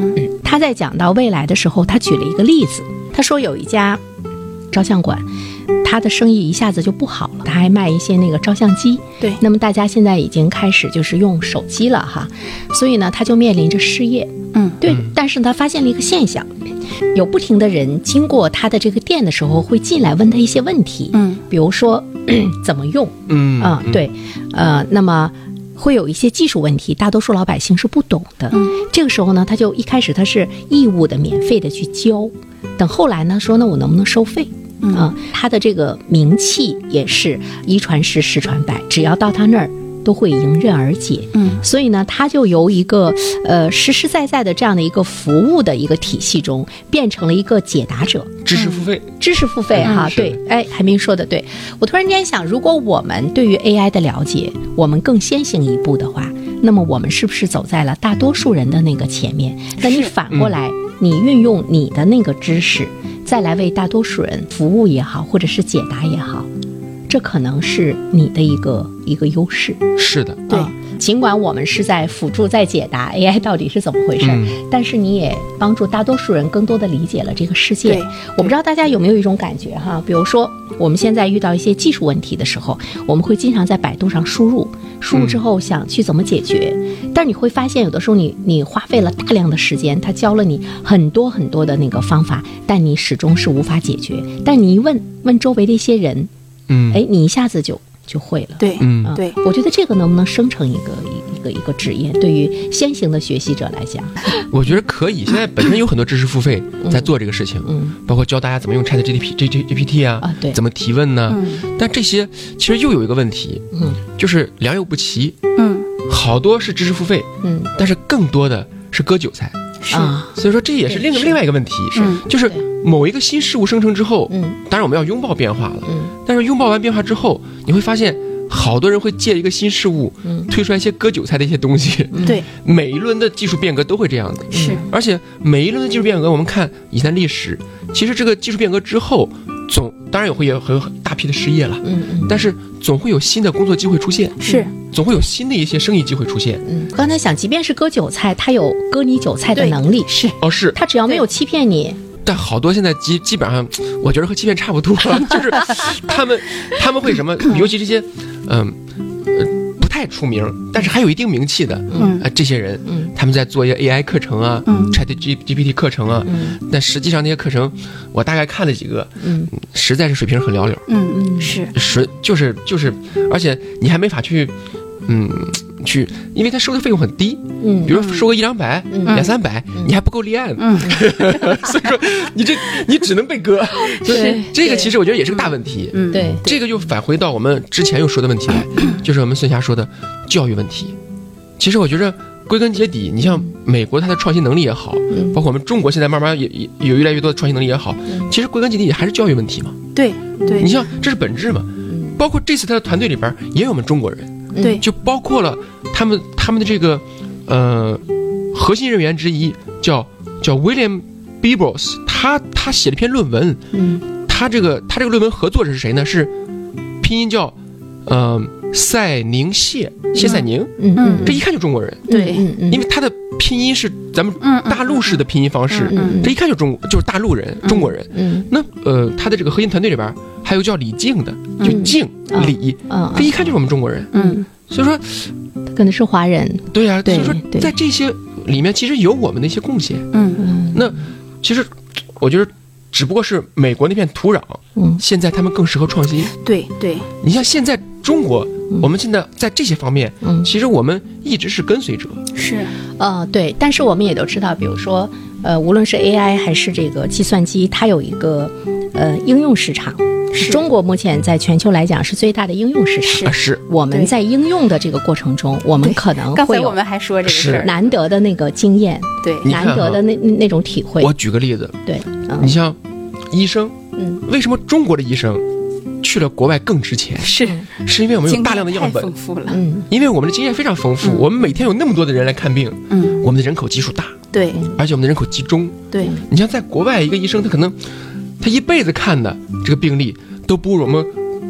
Speaker 2: 他在讲到未来的时候，他举了一个例子，他说有一家照相馆，他的生意一下子就不好了，他还卖一些那个照相机，
Speaker 3: 对，
Speaker 2: 那么大家现在已经开始就是用手机了哈，所以呢他就面临着失业，
Speaker 3: 嗯，
Speaker 2: 对，但是他发现了一个现象，有不停的人经过他的这个店的时候会进来问他一些问题，
Speaker 3: 嗯，
Speaker 2: 比如说怎么用，
Speaker 4: 嗯
Speaker 2: 啊、对，呃，那么会有一些技术问题，大多数老百姓是不懂的。
Speaker 3: 嗯，
Speaker 2: 这个时候呢，他就一开始他是义务的、免费的去教，等后来呢，说那我能不能收费？
Speaker 3: 嗯
Speaker 2: 啊，他的这个名气也是一传十，十传百，只要到他那儿都会迎刃而解。
Speaker 3: 嗯，
Speaker 2: 所以呢，他就由一个呃实实在在的这样的一个服务的一个体系中，变成了一个解答者。
Speaker 4: 知识付费，
Speaker 2: 知识付费哈，
Speaker 4: 嗯
Speaker 2: 对，哎，海明说的对。我突然间想，如果我们对于 A I 的了解，我们更先行一步的话，那么我们是不是走在了大多数人的那个前面？那你反过来，你运用你的那个知识，再来为大多数人服务也好，或者是解答也好，这可能是你的一个一个优势。
Speaker 4: 是的，
Speaker 2: 对、啊，尽管我们是在辅助在解答 A I 到底是怎么回事、嗯、但是你也帮助大多数人更多的理解了这个世界。我不知道大家有没有一种感觉哈，比如说我们现在遇到一些技术问题的时候，我们会经常在百度上输入输入之后想去怎么解决、嗯、但你会发现有的时候你你花费了大量的时间，他教了你很多很多的那个方法，但你始终是无法解决。但你一问问周围的一些人，嗯，哎，你一下子就就会了。
Speaker 3: 对，
Speaker 2: 嗯，
Speaker 3: 对，
Speaker 2: 我觉得这个能不能生成一个一个一个职业，对于先行的学习者来讲，
Speaker 4: 我觉得可以。现在本身有很多知识付费在做这个事情，嗯，包括教大家怎么用 Chat G P T 啊，
Speaker 2: 啊，对，
Speaker 4: 怎么提问呢？嗯、但这些其实又有一个问题，嗯，就是良莠不齐，嗯，好多是知识付费，嗯，但是更多的是割韭菜。
Speaker 3: 是，
Speaker 4: 所以说这也是另另外一个问题，是就是某一个新事物生成之后，嗯，当然我们要拥抱变化了，嗯，但是拥抱完变化之后，你会发现好多人会借一个新事物，嗯，推出来一些割韭菜的一些东西，
Speaker 3: 对，
Speaker 4: 每一轮的技术变革都会这样的，
Speaker 3: 是，
Speaker 4: 而且每一轮的技术变革，我们看以前历史，其实这个技术变革之后，总当然也会有很大批的失业了，嗯嗯，但是总会有新的工作机会出现，
Speaker 3: 是。
Speaker 4: 总会有新的一些生意机会出现。
Speaker 2: 嗯，刚才想，即便是割韭菜，他有割你韭菜的能力，是
Speaker 4: 哦，是
Speaker 2: 他只要没有欺骗你。
Speaker 4: 但好多现在基基本上，我觉得和欺骗差不多，就是他们他们会什么，尤其这些嗯呃不太出名，但是还有一定名气的，嗯、呃、这些人，嗯，他们在做一些 A I 课程啊，嗯 ，Chat G P T 课程啊，嗯，但实际上那些课程，我大概看了几个，嗯，实在是水平很寥寥，
Speaker 3: 嗯嗯是
Speaker 4: 是就是就是，而且你还没法去。嗯，去，因为他收的费用很低，嗯，比如说收个一两百、嗯、两三百、嗯，你还不够立案，嗯，所以说你这你只能被割，所以这个其实我觉得也是个大问题，
Speaker 2: 嗯，对，
Speaker 4: 这个又返回到我们之前又说的问题来，就是我们孙霞说的教育问题。其实我觉得归根结底，你像美国它的创新能力也好，嗯，包括我们中国现在慢慢也也有越来越多的创新能力也好，嗯，其实归根结底还是教育问题嘛，
Speaker 3: 对对，
Speaker 4: 你像这是本质嘛，嗯，包括这次他的团队里边也有我们中国人。
Speaker 3: 对，
Speaker 4: 就包括了他们他们的这个呃核心人员之一叫叫 William Bibros， 他他写了一篇论文，嗯，他这个他这个论文合作者是谁呢？是拼音叫呃赛宁谢谢赛宁，嗯嗯，这一看就中国人，
Speaker 3: 对，
Speaker 4: 因为他的拼音是咱们大陆式的拼音方式，
Speaker 3: 嗯，
Speaker 4: 这一看就中就是大陆人，中国人，嗯，那呃他的这个核心团队里边还有叫李静的，就静李，嗯，这一看就是我们中国人，嗯，所以说
Speaker 2: 他可能是华人，
Speaker 4: 对呀，所以说在这些里面其实有我们的一些贡献，嗯嗯，那其实我觉得只不过是美国那片土壤，嗯，现在他们更适合创新，
Speaker 3: 对对，
Speaker 4: 你像现在中国，我们现在在这些方面，嗯，其实我们一直是跟随者，
Speaker 3: 是，
Speaker 2: 呃，对，但是我们也都知道，比如说，呃，无论是 A I 还是这个计算机，它有一个呃应用市场。中国目前在全球来讲是最大的应用市场，
Speaker 4: 是
Speaker 2: 我们在应用的这个过程中，我们可能会有
Speaker 3: 我们还说这个事儿
Speaker 2: 难得的那个经验，
Speaker 3: 对，
Speaker 2: 难得的那那种体会。
Speaker 4: 我举个例子，
Speaker 2: 对，
Speaker 4: 嗯、你像医生，嗯，为什么中国的医生去了国外更值钱？
Speaker 3: 是
Speaker 4: 是因为我们有大量的样本，
Speaker 3: 丰富了，
Speaker 2: 嗯，
Speaker 4: 因为我们的经验非常丰富，嗯、我们每天有那么多的人来看病，嗯，我们的人口基数大，
Speaker 3: 对，
Speaker 4: 而且我们的人口集中，
Speaker 3: 对，
Speaker 4: 你像在国外一个医生，他可能他一辈子看的这个病例。都不如我们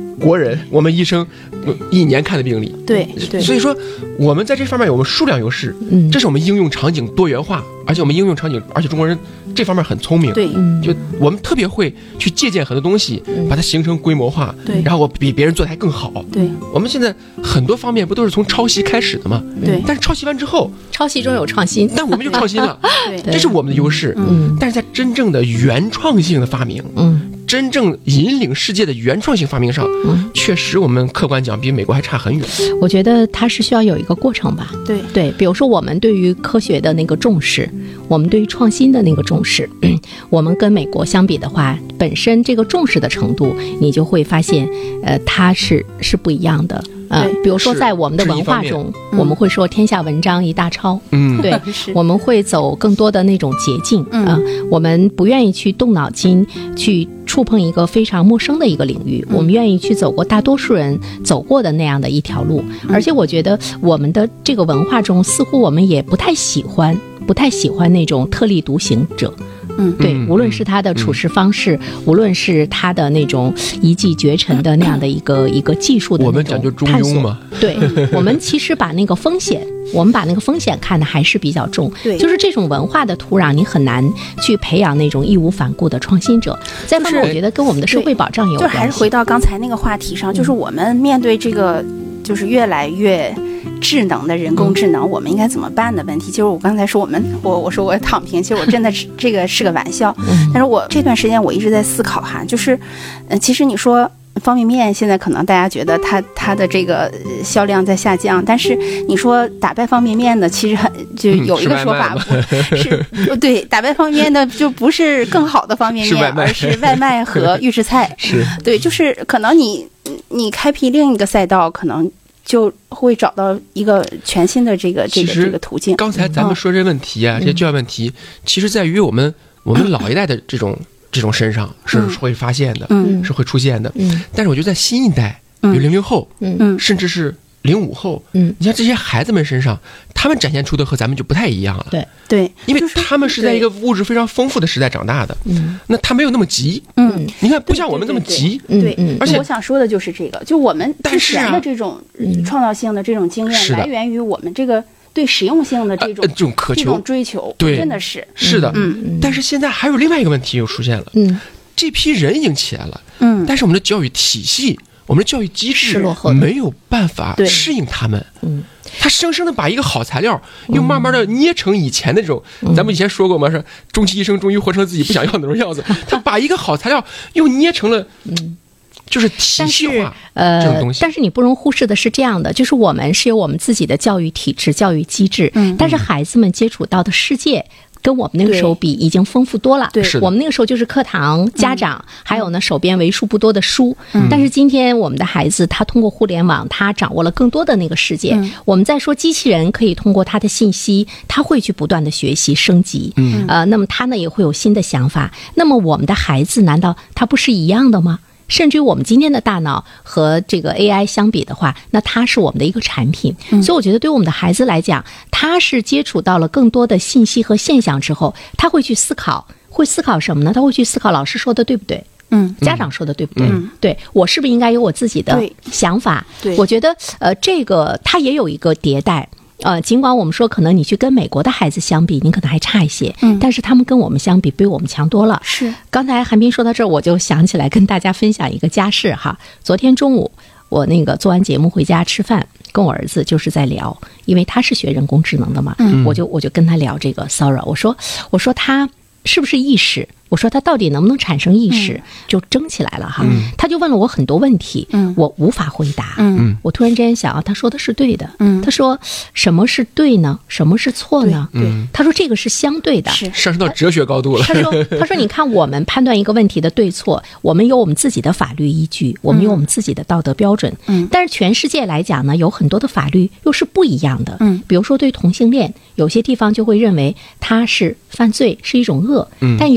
Speaker 4: 国人，我们医生一年看的病例。
Speaker 3: 对对，
Speaker 4: 所以说我们在这方面有我们数量优势，
Speaker 2: 嗯，
Speaker 4: 这是我们应用场景多元化，而且我们应用场景，而且中国人这方面很聪明，
Speaker 3: 对，
Speaker 4: 就我们特别会去借鉴很多东西，把它形成规模化，
Speaker 3: 对，
Speaker 4: 然后我比别人做的还更好。
Speaker 3: 对，
Speaker 4: 我们现在很多方面不都是从抄袭开始的吗？
Speaker 3: 对，
Speaker 4: 但是抄袭完之后，
Speaker 2: 抄袭中有创新，
Speaker 4: 但我们就创新了，
Speaker 3: 对，
Speaker 4: 这是我们的优势。
Speaker 2: 嗯，
Speaker 4: 但是在真正的原创性的发明，
Speaker 2: 嗯。
Speaker 4: 真正引领世界的原创性发明上，嗯，确实我们客观讲比美国还差很远。
Speaker 2: 我觉得它是需要有一个过程吧。
Speaker 3: 对
Speaker 2: 对，比如说我们对于科学的那个重视，我们对于创新的那个重视，嗯、我们跟美国相比的话，本身这个重视的程度，你就会发现，呃，它是是不一样的。呃，比如说在我们的文化中，我们会说天下文章一大抄，嗯，对，我们会走更多的那种捷径，嗯、呃，我们不愿意去动脑筋去触碰一个非常陌生的一个领域，我们愿意去走过大多数人走过的那样的一条路，而且我觉得我们的这个文化中，似乎我们也不太喜欢，不太喜欢那种特立独行者。嗯，对，无论是他的处事方式，嗯、无论是他的那种一骑绝尘的那样的一个一个技术的那种探索，我们讲究中庸嘛。对，我们其实把那个风险，我们把那个风险看的还是比较重。对，就是这种文化的土壤，你很难去培养那种义无反顾的创新者。再方面，我觉得跟我们的社会保障有关系。
Speaker 3: 就还是回到刚才那个话题上，就是我们面对这个，就是越来越智能的人工智能，我们应该怎么办的问题。就是我刚才说我们，我我说我躺平，其实我真的是这个是个玩笑。但是我这段时间我一直在思考哈，就是，呃，其实你说方便面现在可能大家觉得它它的这个销量在下降，但是你说打败方便面的，其实很就有一个说法，不是对打败方便面的就不是更好的方便面，而是外卖和预制菜。
Speaker 4: 是
Speaker 3: 对，就是可能你你开辟另一个赛道，可能就会找到一个全新的这个这个这个途径。
Speaker 4: 刚才咱们说这问题啊，嗯、这教育问题，其实在于我们我们老一代的这种。这种身上是会发现的，嗯，是会出现的，嗯，但是我觉得在新一代，比如零零后，嗯，甚至是零五后，嗯，你像这些孩子们身上，他们展现出的和咱们就不太一样了，
Speaker 2: 对
Speaker 3: 对，
Speaker 4: 因为他们是在一个物质非常丰富的时代长大的，嗯，那他没有那么急，嗯，你看不像我们那么急，
Speaker 3: 对，而且我想说的就是这个，就我们之前的这种创造性的这种经验，来源于我们这个。对实用性的这种、呃、这
Speaker 4: 种渴求、
Speaker 3: 这种追求，
Speaker 4: 对，
Speaker 3: 真的是
Speaker 4: 是的，嗯。但是现在还有另外一个问题又出现了，嗯，这批人已经起来了，嗯，但是我们的教育体系、我们的教育机制没有办法适应他们，嗯，他生生的把一个好材料又慢慢的捏成以前的这种，嗯、咱们以前说过嘛，是终其一生终于活成了自己不想要的那种样子，他把一个好材料又捏成了，嗯。就是体系化
Speaker 2: 呃，
Speaker 4: 这种东西，
Speaker 2: 但是你不容忽视的是这样的，就是我们是有我们自己的教育体制、教育机制，嗯，但是孩子们接触到的世界跟我们那个时候比已经丰富多了。
Speaker 3: 对，
Speaker 2: 我们那个时候就是课堂、家长，嗯、还有呢手边为数不多的书，嗯。但是今天我们的孩子，他通过互联网，他掌握了更多的那个世界。嗯、我们在说机器人可以通过他的信息，他会去不断的学习升级。嗯，呃，那么他呢也会有新的想法。那么我们的孩子难道他不是一样的吗？甚至于我们今天的大脑和这个 A I 相比的话，那它是我们的一个产品。嗯、所以我觉得对我们的孩子来讲，他是接触到了更多的信息和现象之后，他会去思考，会思考什么呢？他会去思考老师说的对不对？嗯，家长说的对不对？嗯，对我是不是应该有我自己的想法？对，我觉得呃，这个它也有一个迭代。呃，尽管我们说可能你去跟美国的孩子相比，你可能还差一些，嗯，但是他们跟我们相比，比我们强多了。
Speaker 3: 是，
Speaker 2: 刚才韩冰说到这儿，我就想起来跟大家分享一个家事哈。昨天中午我那个做完节目回家吃饭，跟我儿子就是在聊，因为他是学人工智能的嘛，嗯，我就我就跟他聊这个 Sora， 我说我说他是不是意识？我说他到底能不能产生意识，嗯、就争起来了哈、嗯。他就问了我很多问题，嗯、我无法回答。嗯、我突然之间想啊，他说的是对的。嗯、他说什么是对呢？什么是错呢？
Speaker 4: 嗯、
Speaker 2: 他说这个是相对的，
Speaker 4: 上升到哲学高度了。
Speaker 2: 他说他说你看我们判断一个问题的对错，我们有我们自己的法律依据，我们有我们自己的道德标准。嗯、但是全世界来讲呢，有很多的法律又是不一样的。嗯、比如说对同性恋，有些地方就会认为它是犯罪，是一种恶。嗯、但有一些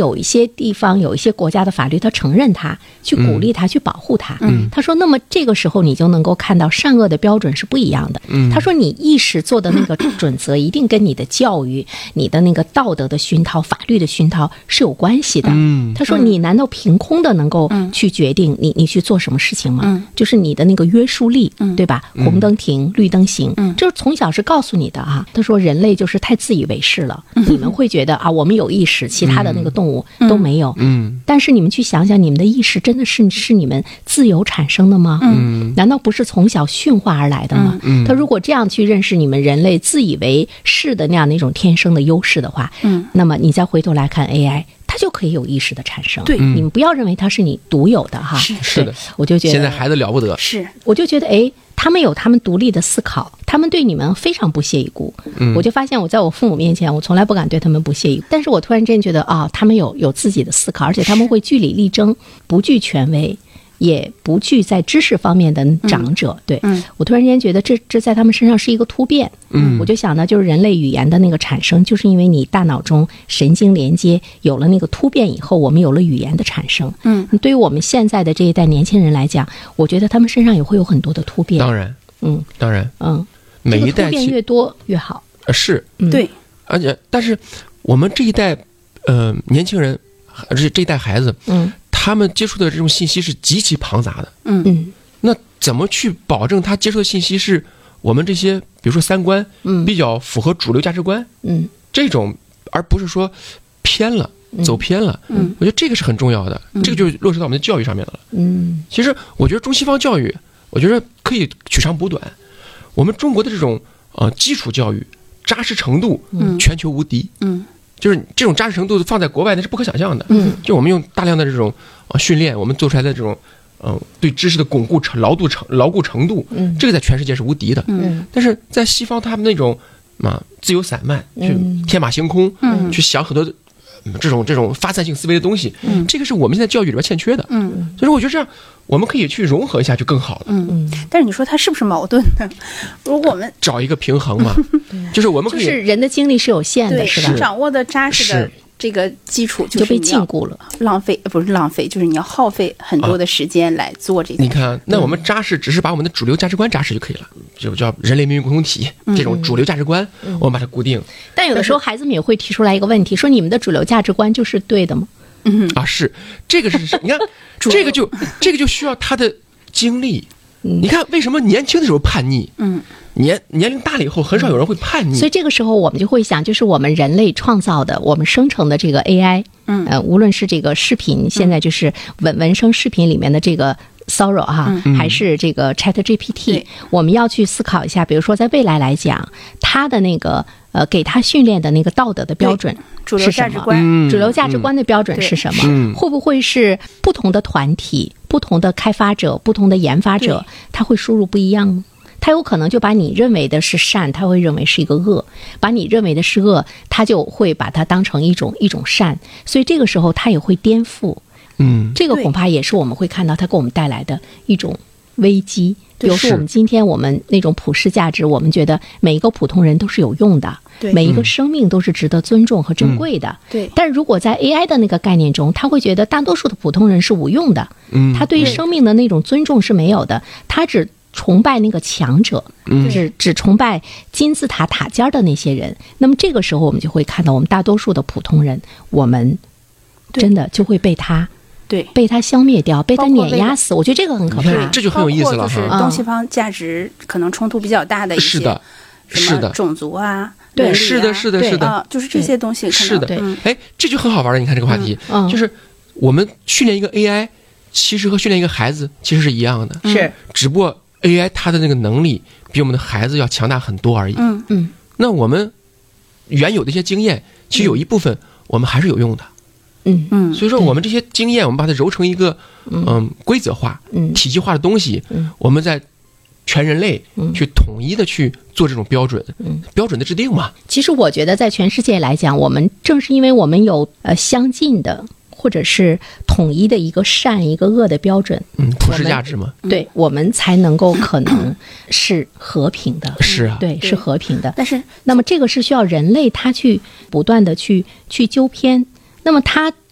Speaker 2: 些地方有一些国家的法律，它承认它，去鼓励它，嗯、去保护它。嗯，他说，那么这个时候你就能够看到善恶的标准是不一样的。嗯，他说你意识做的那个准则一定跟你的教育、你的那个道德的熏陶、法律的熏陶是有关系的。嗯，他说你难道凭空的能够去决定你你去做什么事情吗？嗯，就是你的那个约束力，嗯、对吧？红灯停，绿灯行，嗯，这从小是告诉你的啊。他说人类就是太自以为是了，嗯、你们会觉得啊，我们有意识，其他的那个动物都没有。嗯，但是你们去想想，你们的意识真的是是你们自由产生的吗？嗯，难道不是从小驯化而来的吗？嗯，他如果这样去认识你们人类自以为是的那样的一种天生的优势的话，嗯，那么你再回头来看 A I。它就可以有意识的产生，对，你们不要认为它是你独有的哈。
Speaker 3: 是
Speaker 4: 是的，
Speaker 2: 我就觉得
Speaker 4: 现在孩子了不得，
Speaker 3: 是，
Speaker 2: 我就觉得哎，他们有他们独立的思考，他们对你们非常不屑一顾。嗯，我就发现我在我父母面前，我从来不敢对他们不屑一顾，但是我突然间觉得啊，他们有有自己的思考，而且他们会据理力争，不惧权威。也不惧在知识方面的长者，嗯、对、嗯、我突然间觉得这这在他们身上是一个突变，嗯，我就想到就是人类语言的那个产生，就是因为你大脑中神经连接有了那个突变以后，我们有了语言的产生，嗯，对于我们现在的这一代年轻人来讲，我觉得他们身上也会有很多的突变，
Speaker 4: 当然，
Speaker 2: 嗯，
Speaker 4: 当然，
Speaker 2: 嗯，
Speaker 4: 每一代
Speaker 2: 突变越多越好，
Speaker 4: 呃，是，
Speaker 2: 嗯、
Speaker 3: 对，
Speaker 4: 而且但是我们这一代呃年轻人，这这一代孩子，嗯。他们接触的这种信息是极其庞杂的，嗯嗯，那怎么去保证他接触的信息是我们这些，比如说三观，嗯，比较符合主流价值观，嗯，这种，而不是说偏了，走偏了，嗯，我觉得这个是很重要的，嗯、这个就落实到我们的教育上面了，嗯，其实我觉得中西方教育，我觉得可以取长补短，我们中国的这种呃基础教育扎实程度，嗯，全球无敌，嗯。就是这种扎实程度放在国外那是不可想象的。嗯，就我们用大量的这种呃训练，我们做出来的这种嗯、呃、对知识的巩固程、牢固程、牢固程度，嗯，这个在全世界是无敌的。嗯，但是在西方他们那种啊自由散漫，去天马行空，嗯，去想很多这种这种发散性思维的东西，嗯，这个是我们现在教育里边欠缺的。嗯，所以我觉得这样我们可以去融合一下就更好了。
Speaker 3: 嗯嗯，但是你说它是不是矛盾呢？如果我们
Speaker 4: 找一个平衡嘛，就是我们可以，
Speaker 2: 就是人的精力是有限的，是吧？
Speaker 3: 掌握的扎实的这个基础
Speaker 2: 就被禁锢了，
Speaker 3: 浪费不是浪费，就是你要耗费很多的时间来做这些。
Speaker 4: 你看，那我们扎实只是把我们的主流价值观扎实就可以了，就叫人类命运共同体这种主流价值观，我们把它固定。
Speaker 2: 但有的时候孩子们也会提出来一个问题，说你们的主流价值观就是对的吗？
Speaker 3: 嗯
Speaker 4: 啊，是这个是你看，这个就这个就需要他的经历。你看为什么年轻的时候叛逆？嗯。年年龄大了以后，很少有人会叛逆，
Speaker 2: 所以这个时候我们就会想，就是我们人类创造的、我们生成的这个 A I， 嗯，呃，无论是这个视频，现在就是文文声视频里面的这个Sora 哈，嗯、还是这个 ChatGPT， 我们要去思考一下，比如说在未来来讲，它的那个呃，给它训练的那个道德的标准
Speaker 3: 主流价值观，
Speaker 2: 嗯、主流价值观的标准是什么？嗯、会不会是不同的团体、不同的开发者、不同的研发者，他会输入不一样呢？他有可能就把你认为的是善，他会认为是一个恶；把你认为的是恶，他就会把它当成一种一种善。所以这个时候他也会颠覆。嗯，这个恐怕也是我们会看到它给我们带来的一种危机。比如说我们今天我们那种普世价值，我们觉得每一个普通人都是有用的，每一个生命都是值得尊重和珍贵的。嗯、对。但是如果在 A I 的那个概念中，他会觉得大多数的普通人是无用的。嗯，他对于生命的那种尊重是没有的，他只崇拜那个强者，嗯、只只崇拜金字塔塔尖的那些人。那么这个时候，我们就会看到，我们大多数的普通人，我们真的就会被他
Speaker 3: 对
Speaker 2: 被他消灭掉，被他碾压死。我觉得这个很可怕，
Speaker 4: 这就很有意思了。
Speaker 3: 就是东西方价值可能冲突比较大的一些，
Speaker 4: 是的，
Speaker 3: 什么种族啊，
Speaker 2: 对，
Speaker 3: 啊
Speaker 4: 是的，是的，是的，
Speaker 3: 啊，就是这些东西，
Speaker 4: 是的，
Speaker 3: 嗯、
Speaker 4: 哎，这就很好玩了。你看这个话题，嗯、就是我们训练一个 A I， 其实和训练一个孩子其实是一样的，
Speaker 2: 是，
Speaker 4: 只不过 A I 它的那个能力比我们的孩子要强大很多而已。
Speaker 3: 嗯嗯，
Speaker 4: 那我们原有的一些经验，其实有一部分我们还是有用的。
Speaker 2: 嗯嗯，
Speaker 4: 所以说我们这些经验，我们把它揉成一个嗯、呃、规则化、嗯体系化的东西，嗯，我们在全人类去统一的去做这种标准，嗯，标准的制定嘛。
Speaker 2: 其实我觉得在全世界来讲，我们正是因为我们有呃相近的或者是统一的一个善一个恶的标准，
Speaker 4: 嗯，普世价值嘛，
Speaker 2: 对，我们才能够可能是和平的，
Speaker 4: 是啊，
Speaker 2: 对，是和平的。
Speaker 3: 但是，
Speaker 2: 那么这个是需要人类他去不断的去去纠偏。那么他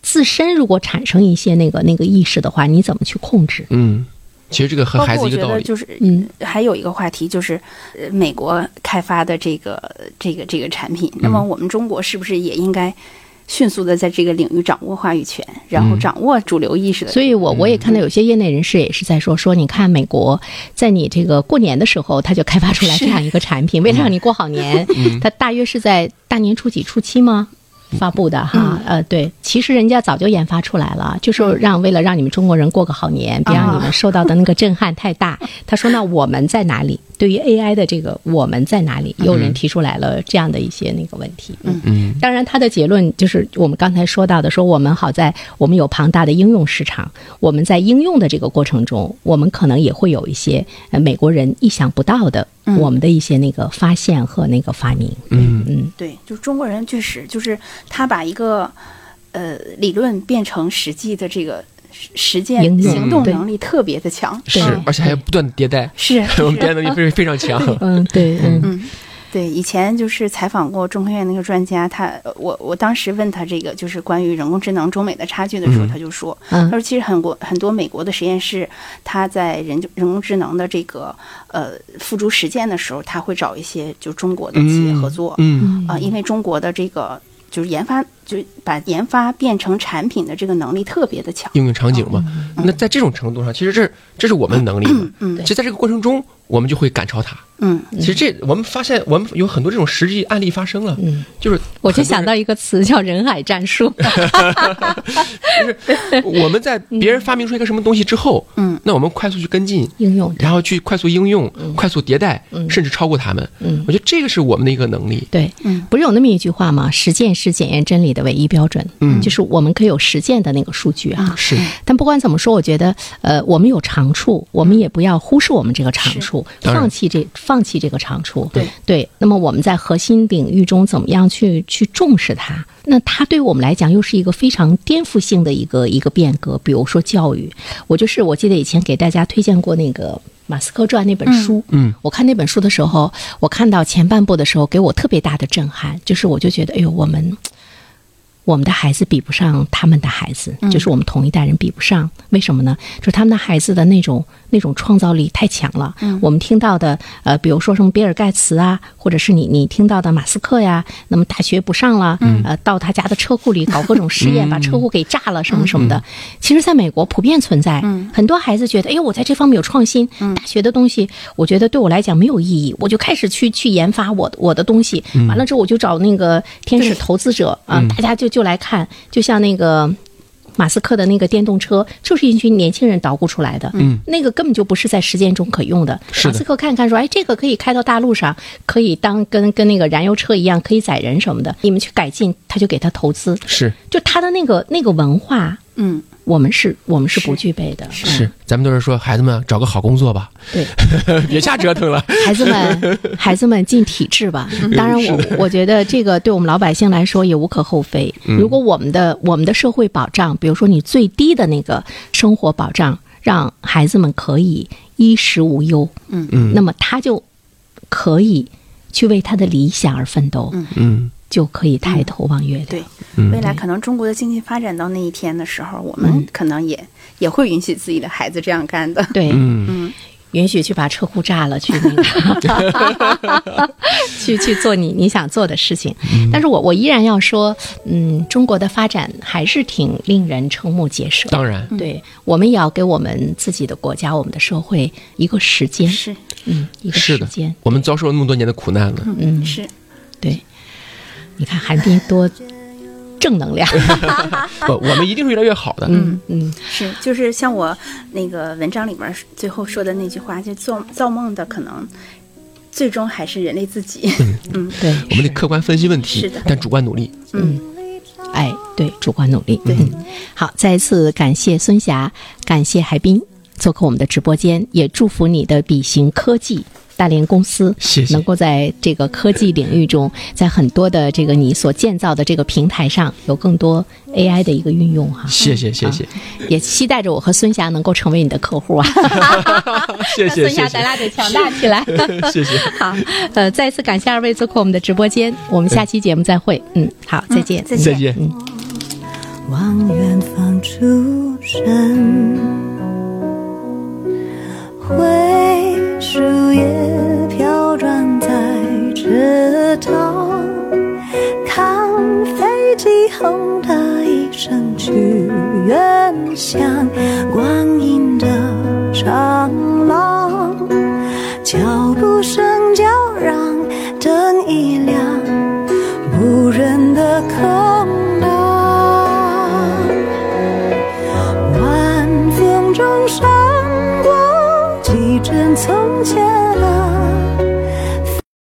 Speaker 2: 自身如果产生一些那个那个意识的话，你怎么去控制？
Speaker 4: 嗯，其实这个和孩子一个道理。
Speaker 3: 包括我觉得就是，
Speaker 2: 嗯，
Speaker 3: 还有一个话题就是，呃，美国开发的这个这个这个产品，那么我们中国是不是也应该迅速的在这个领域掌握话语权，然后掌握主流意识的？
Speaker 2: 所以我我也看到有些业内人士也是在说说，你看美国在你这个过年的时候，他就开发出来这样一个产品，为了让你过好年，它大约是在大年初几初七吗？发布的哈，嗯、呃，对，其实人家早就研发出来了，就是让为了让你们中国人过个好年，别让你们受到的那个震撼太大。他说：“那我们在哪里？对于 A I 的这个我们在哪里？”有人提出来了这样的一些那个问题。嗯嗯。当然，他的结论就是我们刚才说到的，说我们好在我们有庞大的应用市场，我们在应用的这个过程中，我们可能也会有一些呃美国人意想不到的。我们的一些那个发现和那个发明，
Speaker 4: 嗯
Speaker 2: 嗯，
Speaker 3: 对，就是中国人确实就是他把一个呃理论变成实际的这个实践行动能力特别的强，
Speaker 4: 是，而且还要不断的迭代，
Speaker 3: 是
Speaker 4: 我们迭代能力非非常强，
Speaker 2: 嗯，对，嗯
Speaker 3: 嗯。对，以前就是采访过中科院那个专家，他我我当时问他这个就是关于人工智能中美的差距的时候，
Speaker 2: 嗯、
Speaker 3: 他就说，他说其实很多很多美国的实验室，他在人人工智能的这个呃付诸实践的时候，他会找一些就中国的企业合作，
Speaker 4: 嗯
Speaker 3: 啊、呃，因为中国的这个就是研发，就是把研发变成产品的这个能力特别的强，
Speaker 4: 应用场景嘛。嗯、那在这种程度上，其实这这是我们的能力嘛。
Speaker 3: 嗯，
Speaker 4: 其实在这个过程中，我们就会赶超它。
Speaker 3: 嗯，
Speaker 4: 其实这我们发现，我们有很多这种实际案例发生了。嗯，就是
Speaker 2: 我就想到一个词叫人海战术。
Speaker 4: 就是我们在别人发明出一个什么东西之后，嗯，那我们快速去跟进
Speaker 2: 应用，
Speaker 4: 然后去快速应用、
Speaker 2: 嗯、
Speaker 4: 快速迭代，
Speaker 2: 嗯、
Speaker 4: 甚至超过他们。
Speaker 2: 嗯，
Speaker 4: 我觉得这个是我们的一个能力。
Speaker 2: 对，嗯，不是有那么一句话吗？实践是检验真理的唯一标准。嗯，就是我们可以有实践的那个数据啊。
Speaker 4: 是，
Speaker 2: 但不管怎么说，我觉得，呃，我们有长处，我们也不要忽视我们这个长处，放弃这放弃这个长处。
Speaker 3: 对
Speaker 2: 对，那么我们在核心领域中怎么样去去重视它？那它对我们来讲又是一个非常颠覆性的一个一个变革。比如说教育，我就是我记得以前给大家推荐过那个马斯克传那本书，
Speaker 4: 嗯，
Speaker 2: 我看那本书的时候，我看到前半部的时候，给我特别大的震撼，就是我就觉得，哎呦，我们。我们的孩子比不上他们的孩子，就是我们同一代人比不上。为什么呢？就是他们的孩子的那种那种创造力太强了。嗯、我们听到的，呃，比如说什么比尔盖茨啊，或者是你你听到的马斯克呀，那么大学不上了，嗯、呃，到他家的车库里搞各种实验，嗯、把车库给炸了，什么什么的。嗯、其实，在美国普遍存在。嗯、很多孩子觉得，哎呦，我在这方面有创新，嗯、大学的东西，我觉得对我来讲没有意义，我就开始去去研发我我的东西。嗯、完了之后，我就找那个天使投资者啊、呃，大家就。就来看，就像那个马斯克的那个电动车，就是一群年轻人捣鼓出来的，嗯，那个根本就不是在实践中可用的。马斯克看看说，哎，这个可以开到大路上，可以当跟跟那个燃油车一样，可以载人什么的，你们去改进，他就给他投资。
Speaker 4: 是，
Speaker 2: 就他的那个那个文化，
Speaker 3: 嗯。
Speaker 2: 我们是，我们是不具备的。
Speaker 4: 是，是咱们都是说，孩子们找个好工作吧，
Speaker 2: 对，
Speaker 4: 别瞎折腾了。
Speaker 2: 孩子们，孩子们进体制吧。当然我，我我觉得这个对我们老百姓来说也无可厚非。
Speaker 4: 嗯、
Speaker 2: 如果我们的我们的社会保障，比如说你最低的那个生活保障，让孩子们可以衣食无忧，
Speaker 3: 嗯
Speaker 2: 嗯，那么他就可以去为他的理想而奋斗。
Speaker 3: 嗯
Speaker 4: 嗯。
Speaker 2: 就可以抬头望月亮。
Speaker 3: 对，未来可能中国的经济发展到那一天的时候，我们可能也、嗯、也会允许自己的孩子这样干的。
Speaker 2: 对，
Speaker 4: 嗯
Speaker 2: 嗯，允许去把车库炸了，去那个，去去做你你想做的事情。嗯、但是我我依然要说，嗯，中国的发展还是挺令人瞠目结舌。
Speaker 4: 当然，
Speaker 2: 对，我们也要给我们自己的国家、我们的社会一个时间。
Speaker 3: 是，
Speaker 2: 嗯，一个时间。
Speaker 4: 我们遭受了那么多年的苦难了。
Speaker 3: 嗯，是，
Speaker 2: 对。你看韩冰多正能量
Speaker 4: 不，我们一定是越来越好的。
Speaker 2: 嗯嗯，
Speaker 3: 是，就是像我那个文章里面最后说的那句话，就做造梦的可能最终还是人类自己。
Speaker 4: 嗯
Speaker 2: 嗯，对，
Speaker 4: 我们得客观分析问题，
Speaker 3: 是的，
Speaker 4: 但主观努力。
Speaker 2: 嗯，哎，对，主观努力。
Speaker 3: 对，
Speaker 2: 嗯、好，再一次感谢孙霞，感谢海滨做客我们的直播间，也祝福你的比行科技大连公司
Speaker 4: 谢谢能
Speaker 2: 够在这个科技领域中，在很多的这个你所建造的这个平台上有更多 A I 的一个运用哈。
Speaker 4: 谢谢谢谢、
Speaker 2: 啊，也期待着我和孙霞能够成为你的客户啊。
Speaker 4: 谢谢
Speaker 2: 孙霞，咱俩得强大起来。
Speaker 4: 谢谢。
Speaker 2: 好，呃，再次感谢二位做客我们的直播间，我们下期节目再会。嗯，好，再见，
Speaker 3: 嗯、再见。
Speaker 4: 再见。
Speaker 3: 嗯
Speaker 5: 往远方出神，灰树叶飘转在池塘，看飞机轰的一声去远乡，光阴的长廊，脚步声叫嚷，灯一亮，无人的空荡，晚风中闪过几帧从前